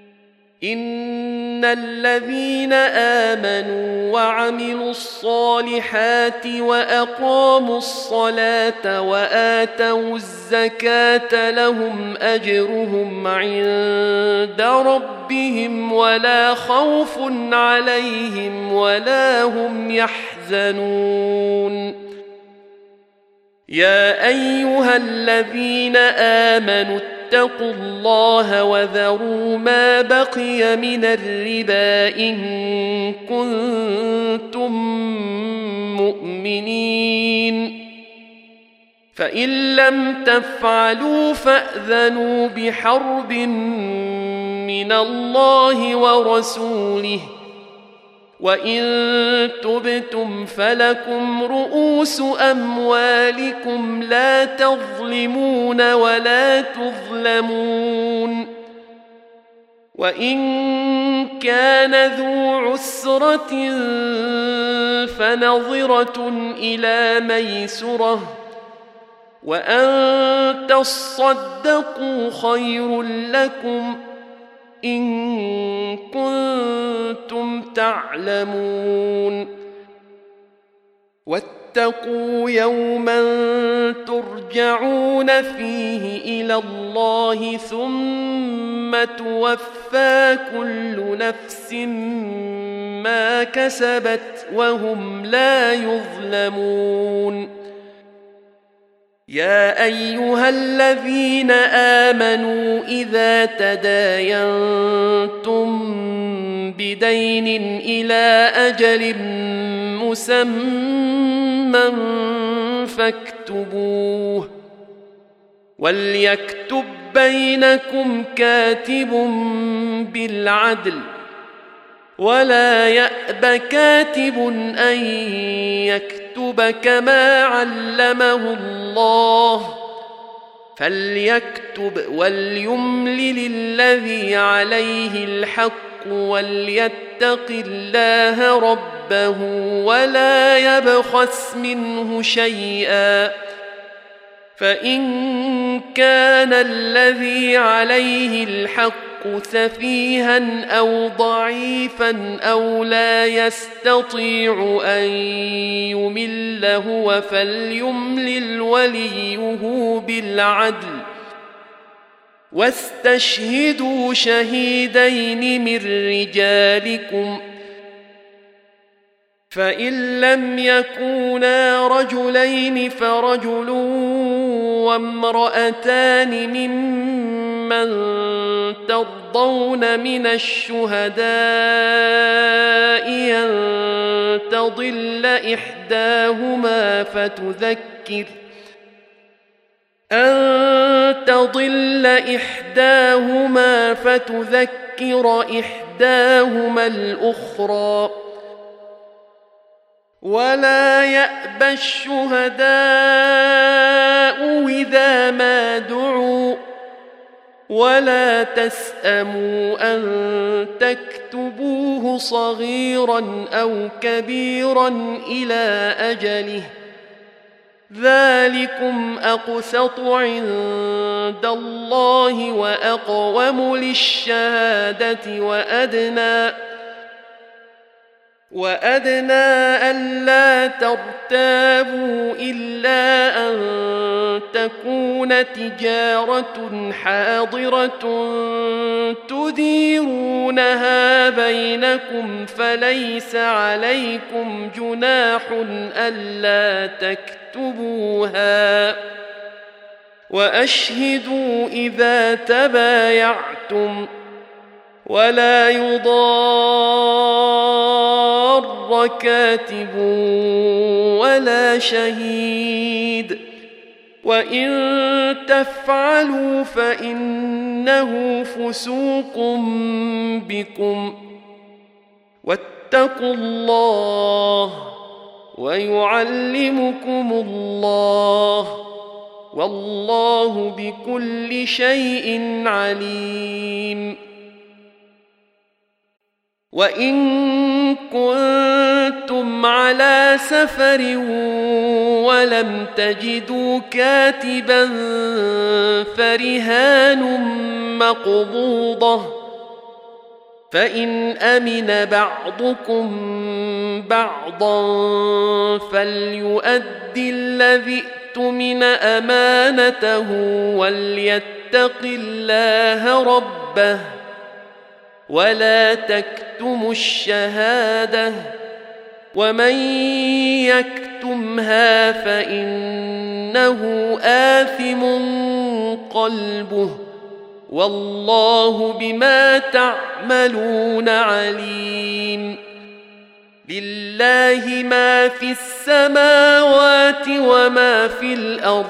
إن الذين آمنوا وعملوا الصالحات وأقاموا الصلاة وآتوا الزكاة لهم أجرهم عند ربهم ولا خوف عليهم ولا هم يحزنون يا أيها الذين آمنوا اتقوا الله وذروا ما بقي من الربا إن كنتم مؤمنين فإن لم تفعلوا فأذنوا بحرب من الله ورسوله وإن تبتم فلكم رؤوس أموالكم لا تظلمون ولا تظلمون وإن كان ذو عسرة فنظرة إلى ميسرة وأن تصدقوا خير لكم إن كنتم تعلمون واتقوا يوما ترجعون فيه إلى الله ثم توفى كل نفس ما كسبت وهم لا يظلمون يا أيها الذين آمنوا إذا تداينتم بدين إلى أجل مسمى فاكتبوه وليكتب بينكم كاتب بالعدل ولا يأب كاتب أن يكتب كما علمه الله فليكتب وليملل الذي عليه الحق وليتق الله ربه ولا يبخس منه شيئا فإن كان الذي عليه الحق سفيها أو ضعيفا أو لا يستطيع أن يمل هو فليملل وليه بالعدل واستشهدوا شهيدين من رجالكم فإن لم يكونا رجلين فرجل وامرأتان ممن ترضون من الشهداء أن تضل إحداهما فتذكر إحداهما الأخرى ولا يأبى الشهداء إذا ما دعوا ولا تسأموا أن تكتبوه صغيرا أو كبيرا إلى أجله ذلكم أقسط عند الله وأقوم للشهادة وأدنى ألا ترتابوا إلا أن تكون تجارة حاضرة تديرونها بينكم فليس عليكم جناح ألا تكتبوها وأشهدوا إذا تبايعتم ولا يضار كاتب ولا شهيد وإن تفعلوا فإنه فسوق بكم واتقوا الله ويعلمكم الله والله بكل شيء عليم وإن كنتم على سفر ولم تجدوا كاتبا فرهان مقبوضة فإن أمن بعضكم بعضا فليؤدي الذي اؤتمن أمانته وليتق الله ربه ولا تكتموا الشهادة ومن يكتمها فإنه آثم قلبه والله بما تعملون عليم لله ما في السماوات وما في الأرض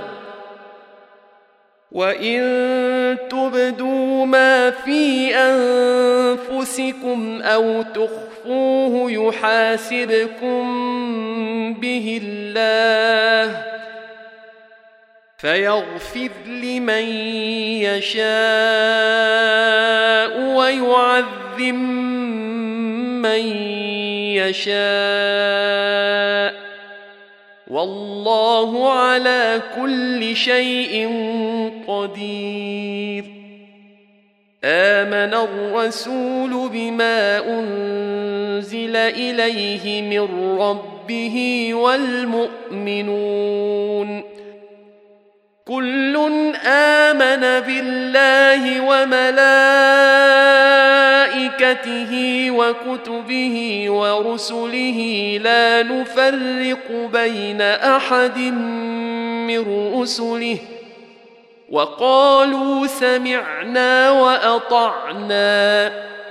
وإن تبدوا ما في أنفسكم أو تخفوه يحاسبكم به الله فيغفر لمن يشاء ويعذب من يشاء والله على كل شيء قدير آمن الرسول بما أنزل إليه من ربه والمؤمنون كل آمن بالله وملائكته وكتبه ورسله لا نفرق بين أحد من رسله وقالوا سمعنا وأطعنا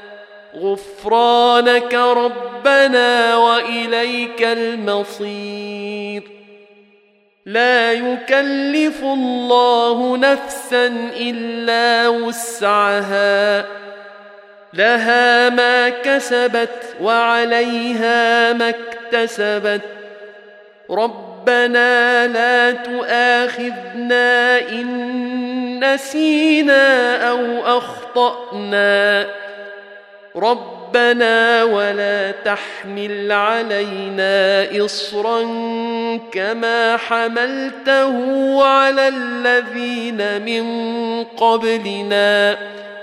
غفرانك ربنا وإليك المصير لا يكلف الله نفسا إلا وسعها لها ما كسبت وعليها ما اكتسبت ربنا لا تؤاخذنا إن نسينا أو أخطأنا ربنا ولا تحمل علينا إصرا كما حملته على الذين من قبلنا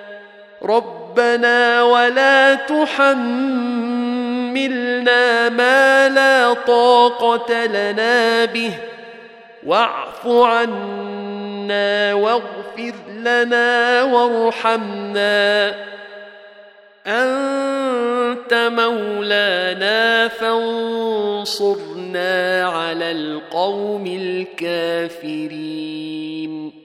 ربنا ولا تحملنا ما لا طاقة لنا به واعف عنا واغفر لنا وارحمنا أنت مولانا فانصرنا على القوم الكافرين